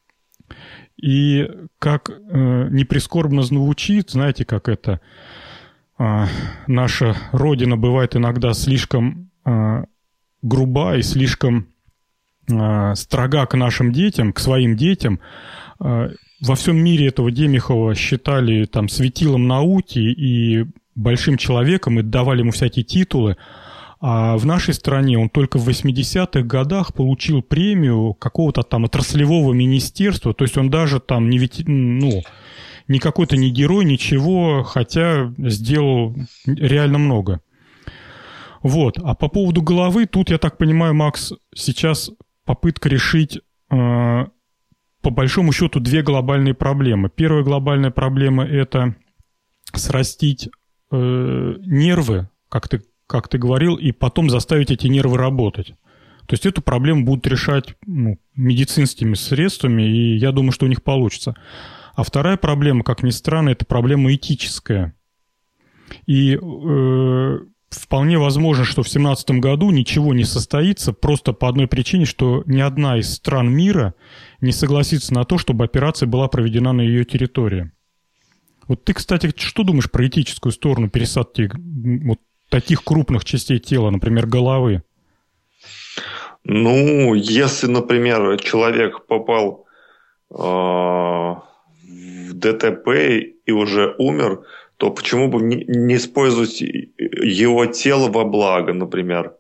И как не прискорбно звучит, знаете, как это наша Родина бывает иногда слишком груба и слишком строга к нашим детям, к своим детям. Во всем мире этого Демихова считали там светилом науки и большим человеком, и давали ему всякие титулы. А в нашей стране он только в 80-х годах получил премию какого-то там отраслевого министерства. То есть он даже там не какой-то не герой, ничего, хотя сделал реально много. Вот. А по поводу головы, тут, я так понимаю, Макс, сейчас попытка решить, по большому счету, две глобальные проблемы. Первая глобальная проблема – это срастить нервы, как ты говорил, и потом заставить эти нервы работать. То есть эту проблему будут решать медицинскими средствами, и я думаю, что у них получится. А вторая проблема, как ни странно, это проблема этическая. И вполне возможно, что в 2017 году ничего не состоится просто по одной причине, что ни одна из стран мира не согласится на то, чтобы операция была проведена на ее территории. Вот ты, кстати, что думаешь про этическую сторону пересадки вот таких крупных частей тела, например, головы? Ну, если, например, человек попал в ДТП и уже умер, то почему бы не использовать его тело во благо, например,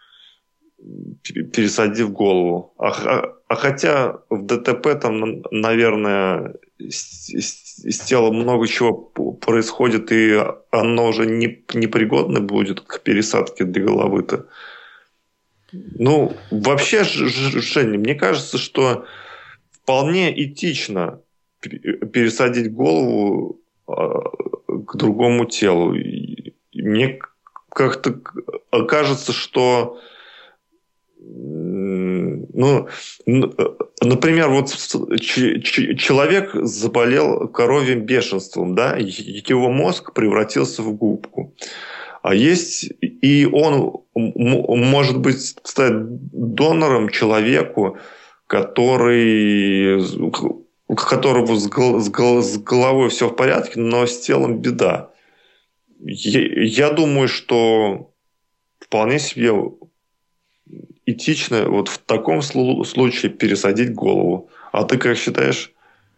пересадив голову? А хотя в ДТП там, наверное, с телом много чего происходит, и оно уже непригодно будет к пересадке для головы-то. Ну, вообще, Женя, мне кажется, что вполне этично пересадить голову к другому телу. И мне как-то кажется, что, например, вот человек заболел коровьим бешенством, да, его мозг превратился в губку. А есть, и он может быть стать донором человеку, у которого с головой все в порядке, но с телом беда. Я думаю, что вполне себе этично вот в таком случае пересадить голову. А ты как считаешь?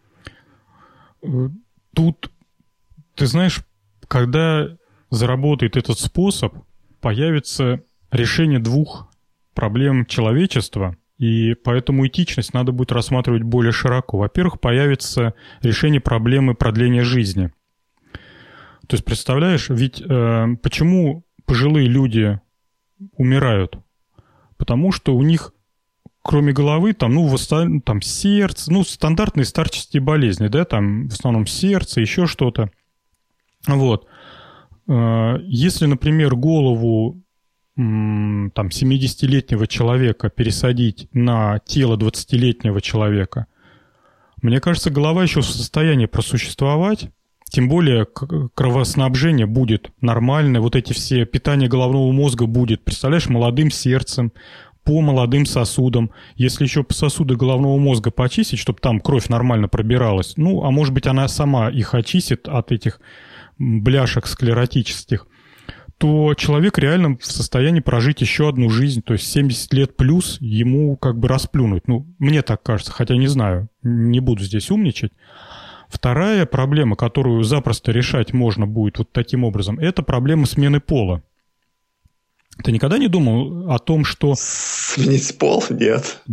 Тут, ты знаешь, когда заработает этот способ, появится решение двух проблем человечества, и поэтому этичность надо будет рассматривать более широко. Во-первых, появится решение проблемы продления жизни. То есть, представляешь, ведь почему пожилые люди умирают. Потому что у них, кроме головы, там, там сердце, стандартные старческие болезни, да, там в основном сердце, еще что-то. Вот. Если, например, голову там 70-летнего человека пересадить на тело 20-летнего человека, мне кажется, голова еще в состоянии просуществовать, тем более кровоснабжение будет нормальное, вот эти все питание головного мозга будет, представляешь, молодым сердцем, по молодым сосудам. Если еще сосуды головного мозга почистить, чтобы там кровь нормально пробиралась, а может быть, она сама их очистит от этих бляшек склеротических, то человек реально в состоянии прожить еще одну жизнь, то есть 70 лет плюс ему как бы расплюнуть. Мне так кажется, хотя не знаю, не буду здесь умничать. Вторая проблема, которую запросто решать можно будет вот таким образом, это проблема смены пола. Ты никогда не думал о том, что... Сменить пол? Нет.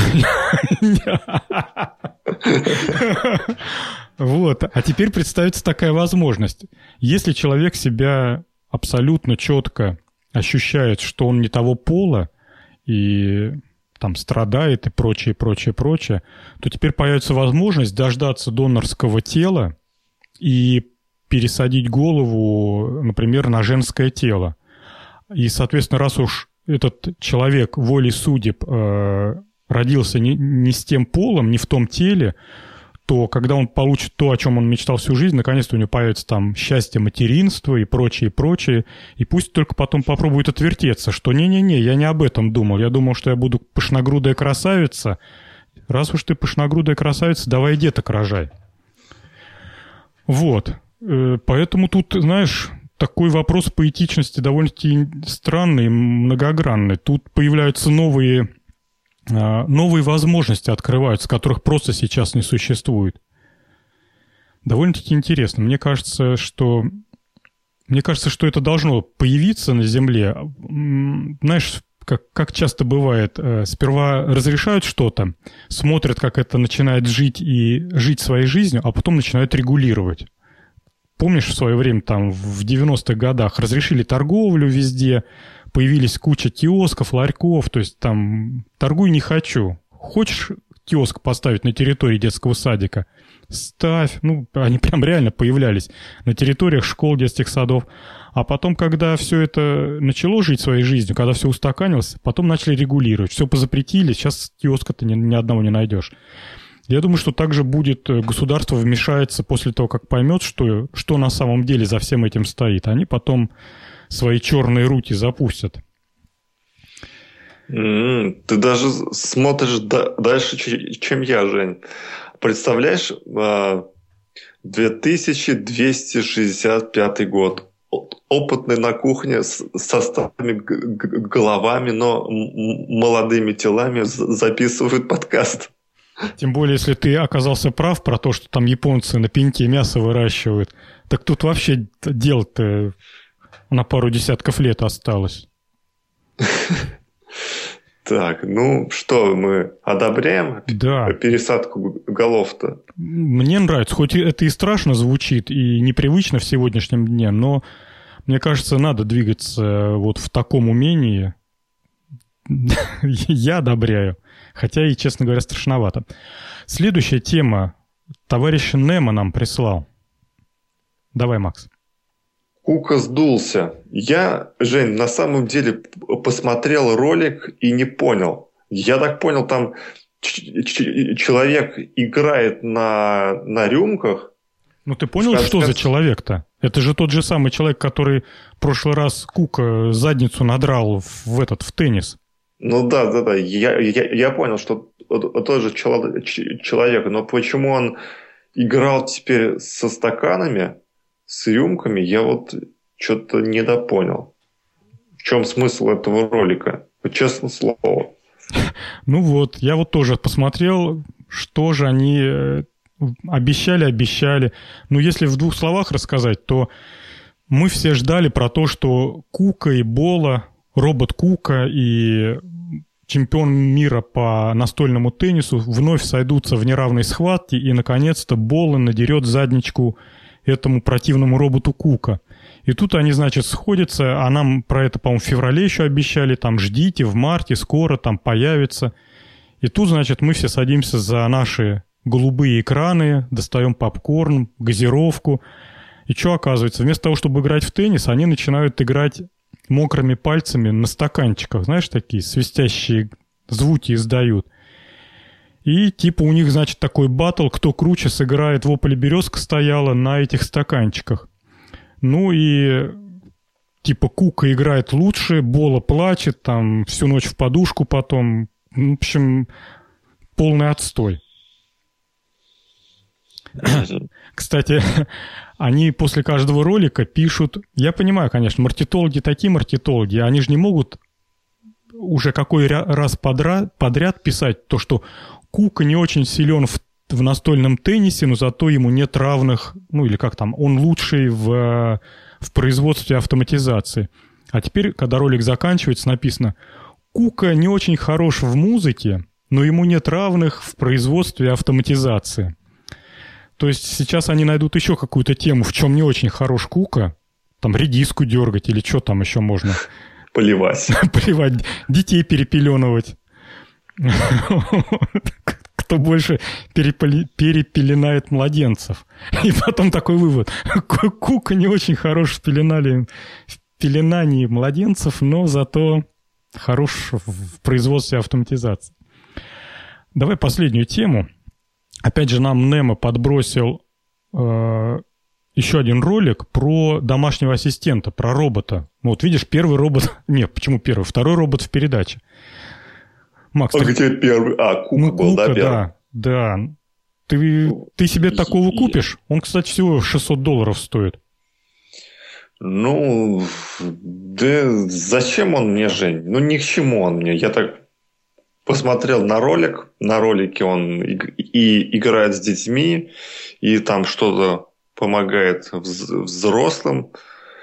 Вот. А теперь представится такая возможность. Если человек себя абсолютно четко ощущает, что он не того пола, и там страдает и прочее, прочее, прочее, то теперь появится возможность дождаться донорского тела и пересадить голову, например, на женское тело. И, соответственно, раз уж этот человек волей судеб родился не с тем полом, не в том теле, то когда он получит то, о чем он мечтал всю жизнь, наконец-то у него появится там счастье материнства и прочее, прочее, и пусть только потом попробует отвертеться, что не-не-не, я не об этом думал, я думал, что я буду пышногрудая красавица. Раз уж ты пышногрудая красавица, давай деток рожай. Вот. Поэтому тут, знаешь, такой вопрос поэтичности довольно-таки странный, многогранный. Тут появляются новые возможности открываются, которых просто сейчас не существует. Довольно-таки интересно. Мне кажется, что это должно появиться на Земле. Знаешь, как часто бывает, сперва разрешают что-то, смотрят, как это начинает жить своей жизнью, а потом начинают регулировать. Помнишь, в свое время, там, в 90-х годах разрешили торговлю везде, появились куча киосков, ларьков, то есть там торгуй не хочу. Хочешь киоск поставить на территории детского садика? Ставь. Они прям реально появлялись на территориях школ, детских садов. А потом, когда все это начало жить своей жизнью, когда все устаканилось, потом начали регулировать. Все позапретили, сейчас киоска-то ни одного не найдешь. Я думаю, что также будет государство вмешается после того, как поймет, что на самом деле за всем этим стоит. Они потом свои черные руки запустят. Ты даже смотришь дальше, чем я, Жень. Представляешь, 2265 год. Опытный на кухне со старыми головами, но молодыми телами записывают подкаст. Тем более, если ты оказался прав про то, что там японцы на пеньке мясо выращивают, так тут вообще дело-то на пару десятков лет осталось. Так, что, мы одобряем пересадку голов-то? Мне нравится, хоть это и страшно звучит, и непривычно в сегодняшнем дне, но мне кажется, надо двигаться вот в таком умении. Я одобряю. Хотя и, честно говоря, страшновато. Следующая тема. Товарищ Немо нам прислал. Давай, Макс. Кука сдулся. Я, Жень, на самом деле посмотрел ролик и не понял. Я так понял, там человек играет на рюмках. Ты понял, что за человек-то? Это же тот же самый человек, который в прошлый раз Кука задницу надрал в теннис. Да. Я понял, что тот же человек, но почему он играл теперь со стаканами, с рюмками, я вот что-то недопонял. В чем смысл этого ролика? Честное слово. Я вот тоже посмотрел, что же они обещали. Если в двух словах рассказать, то мы все ждали про то, что Кука и Бола, робот Кука и чемпион мира по настольному теннису вновь сойдутся в неравной схватке, и, наконец-то, Бола надерет задничку этому противному роботу Кука. И тут они, значит, сходятся, а нам про это, по-моему, в феврале еще обещали, там, ждите, в марте, скоро там появится. И тут, значит, мы все садимся за наши голубые экраны, достаем попкорн, газировку. И что оказывается? Вместо того, чтобы играть в теннис, они начинают играть мокрыми пальцами на стаканчиках. Знаешь, такие свистящие звуки издают. И типа у них, значит, такой баттл, кто круче сыграет «В Ополе березка стояла» на этих стаканчиках. Ну и типа Кука играет лучше, Бола плачет, там всю ночь в подушку потом. В общем, полный отстой. Кстати, они после каждого ролика пишут... Я понимаю, конечно, маркетологи такие маркетологи, они же не могут уже какой раз подряд писать то, что Кука не очень силен в настольном теннисе, но зато ему нет равных... Ну, или как там, он лучший в производстве автоматизации. А теперь, когда ролик заканчивается, написано: Кука не очень хорош в музыке, но ему нет равных в производстве автоматизации. То есть сейчас они найдут еще какую-то тему, в чем не очень хорош Кука. Там редиску дергать или что там еще можно. Поливать. Поливать, детей перепеленывать. Кто больше перепеленает младенцев. И потом такой вывод. Кука не очень хорош в пеленании младенцев, но зато хорош в производстве автоматизации. Давай последнюю тему. Опять же, нам Немо подбросил еще один ролик про домашнего ассистента, про робота. Вот видишь, первый робот... Нет, почему первый? Второй робот в передаче. Макс, где первый? Кука был, Кука, да, первый? Да. Ты себе такого купишь? Он, кстати, всего $600 стоит. Ну, да зачем он мне, Жень? Ну, ни к чему он мне. Я так посмотрел на ролик. На ролике он и играет с детьми, и там что-то помогает взрослым.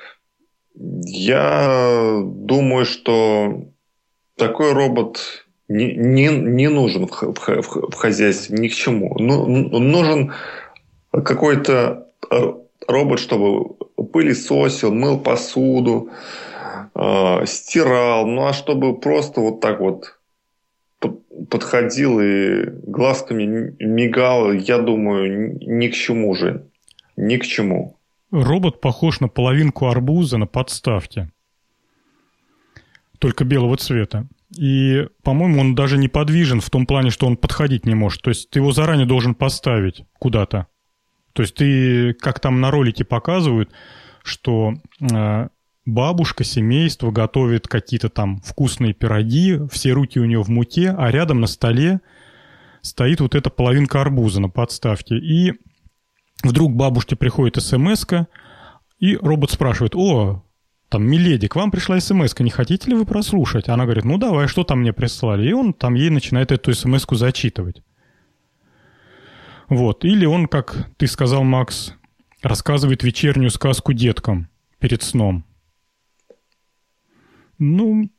Я думаю, что такой робот не нужен в хозяйстве ни к чему. Нужен какой-то робот, чтобы пылесосил, мыл посуду, стирал. Ну, а чтобы просто вот так вот подходил и глазками мигал, я думаю, ни к чему же. Ни к чему. Робот похож на половинку арбуза на подставке. Только белого цвета. И, по-моему, он даже неподвижен в том плане, что он подходить не может. То есть ты его заранее должен поставить куда-то. То есть ты, как там на ролике показывают, что бабушка, семейство готовит какие-то там вкусные пироги, все руки у нее в муке, а рядом на столе стоит вот эта половинка арбуза на подставке. И вдруг бабушке приходит смс-ка, и робот спрашивает: «О, там, миледи, к вам пришла смс-ка, не хотите ли вы прослушать?» Она говорит: «Ну, давай, что там мне прислали?» И он там ей начинает эту смс-ку зачитывать. Вот. Или он, как ты сказал, Макс, рассказывает вечернюю сказку деткам перед сном. Ну...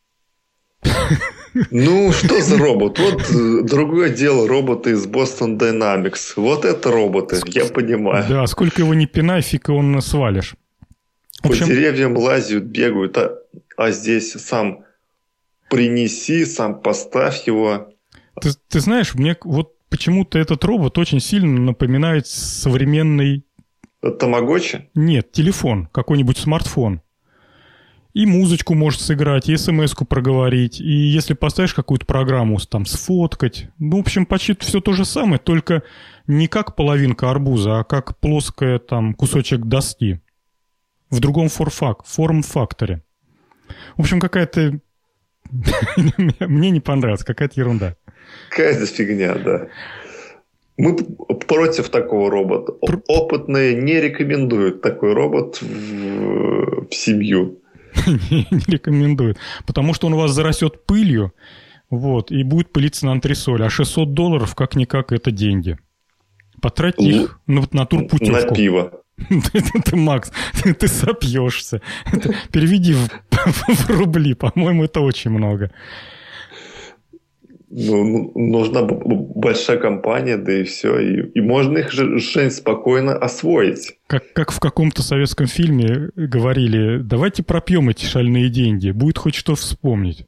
Ну, что за робот? Вот другое дело, роботы из Boston Dynamics. Вот это роботы, я понимаю. Да, сколько его ни пинай, фиг его свалишь. По деревьям лазят, бегают, а здесь сам принеси, сам поставь его. Ты знаешь, мне вот почему-то этот робот очень сильно напоминает современный... Тамагочи? Нет, телефон, какой-нибудь смартфон. И музычку может сыграть, и смс-ку проговорить, и если поставишь какую-то программу, там, сфоткать. Ну, в общем, почти все то же самое, только не как половинка арбуза, а как плоская, там, кусочек доски. В другом форм-факторе. В общем, какая-то... Мне не понравилась, какая-то ерунда. Какая-то фигня, да. Мы против такого робота. Опытные не рекомендуют такой робот в семью. Не рекомендуют. Потому что он у вас зарастет пылью, вот, и будет пылиться на антресоль. А $600 как-никак это деньги. Потратьте их на турпутевку. На пиво. Ты, Макс, ты сопьешься. Переведи в рубли. По-моему, это очень много. нужна большая компания, да и все. И можно их, Жень, спокойно освоить. Как в каком-то советском фильме говорили, давайте пропьем эти шальные деньги, будет хоть что вспомнить.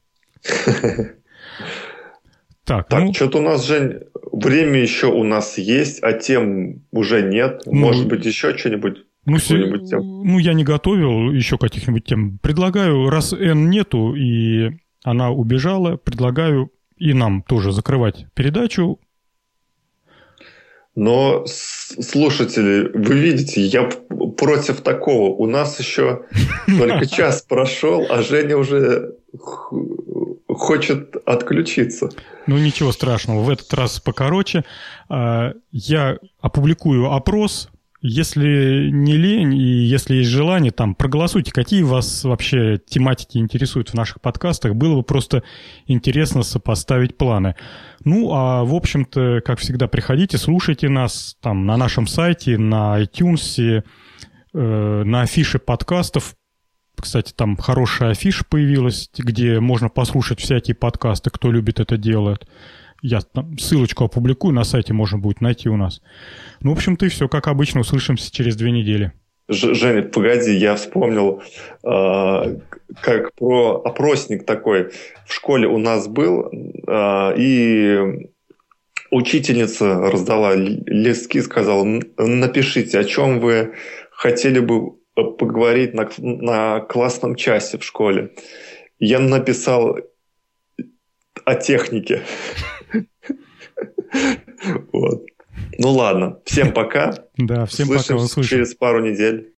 Так, что-то у нас, Жень, время еще у нас есть, а тем уже нет. Может быть, еще что-нибудь? Я не готовил еще каких-нибудь тем. Предлагаю, раз Н нету, и она убежала, предлагаю и нам тоже закрывать передачу. Но, слушатели, вы видите, я против такого. У нас еще только час прошел, а Женя уже хочет отключиться. Ничего страшного, в этот раз покороче. Я опубликую опрос. Если не лень и если есть желание, там проголосуйте, какие вас вообще тематики интересуют в наших подкастах. Было бы просто интересно сопоставить планы. А в общем-то, как всегда, приходите, слушайте нас там на нашем сайте, на iTunes, на афише подкастов. Кстати, там хорошая афиша появилась, где можно послушать всякие подкасты, кто любит это делать. Я там ссылочку опубликую, на сайте можно будет найти у нас. В общем-то и все, как обычно, услышимся через 2 недели. Женя, погоди, я вспомнил, как про опросник такой в школе у нас был, и учительница раздала листки, сказала, напишите, о чем вы хотели бы поговорить на классном часе в школе. Я написал о технике. Вот. Ладно. Всем пока. Да, всем пока. Услышимся через пару недель.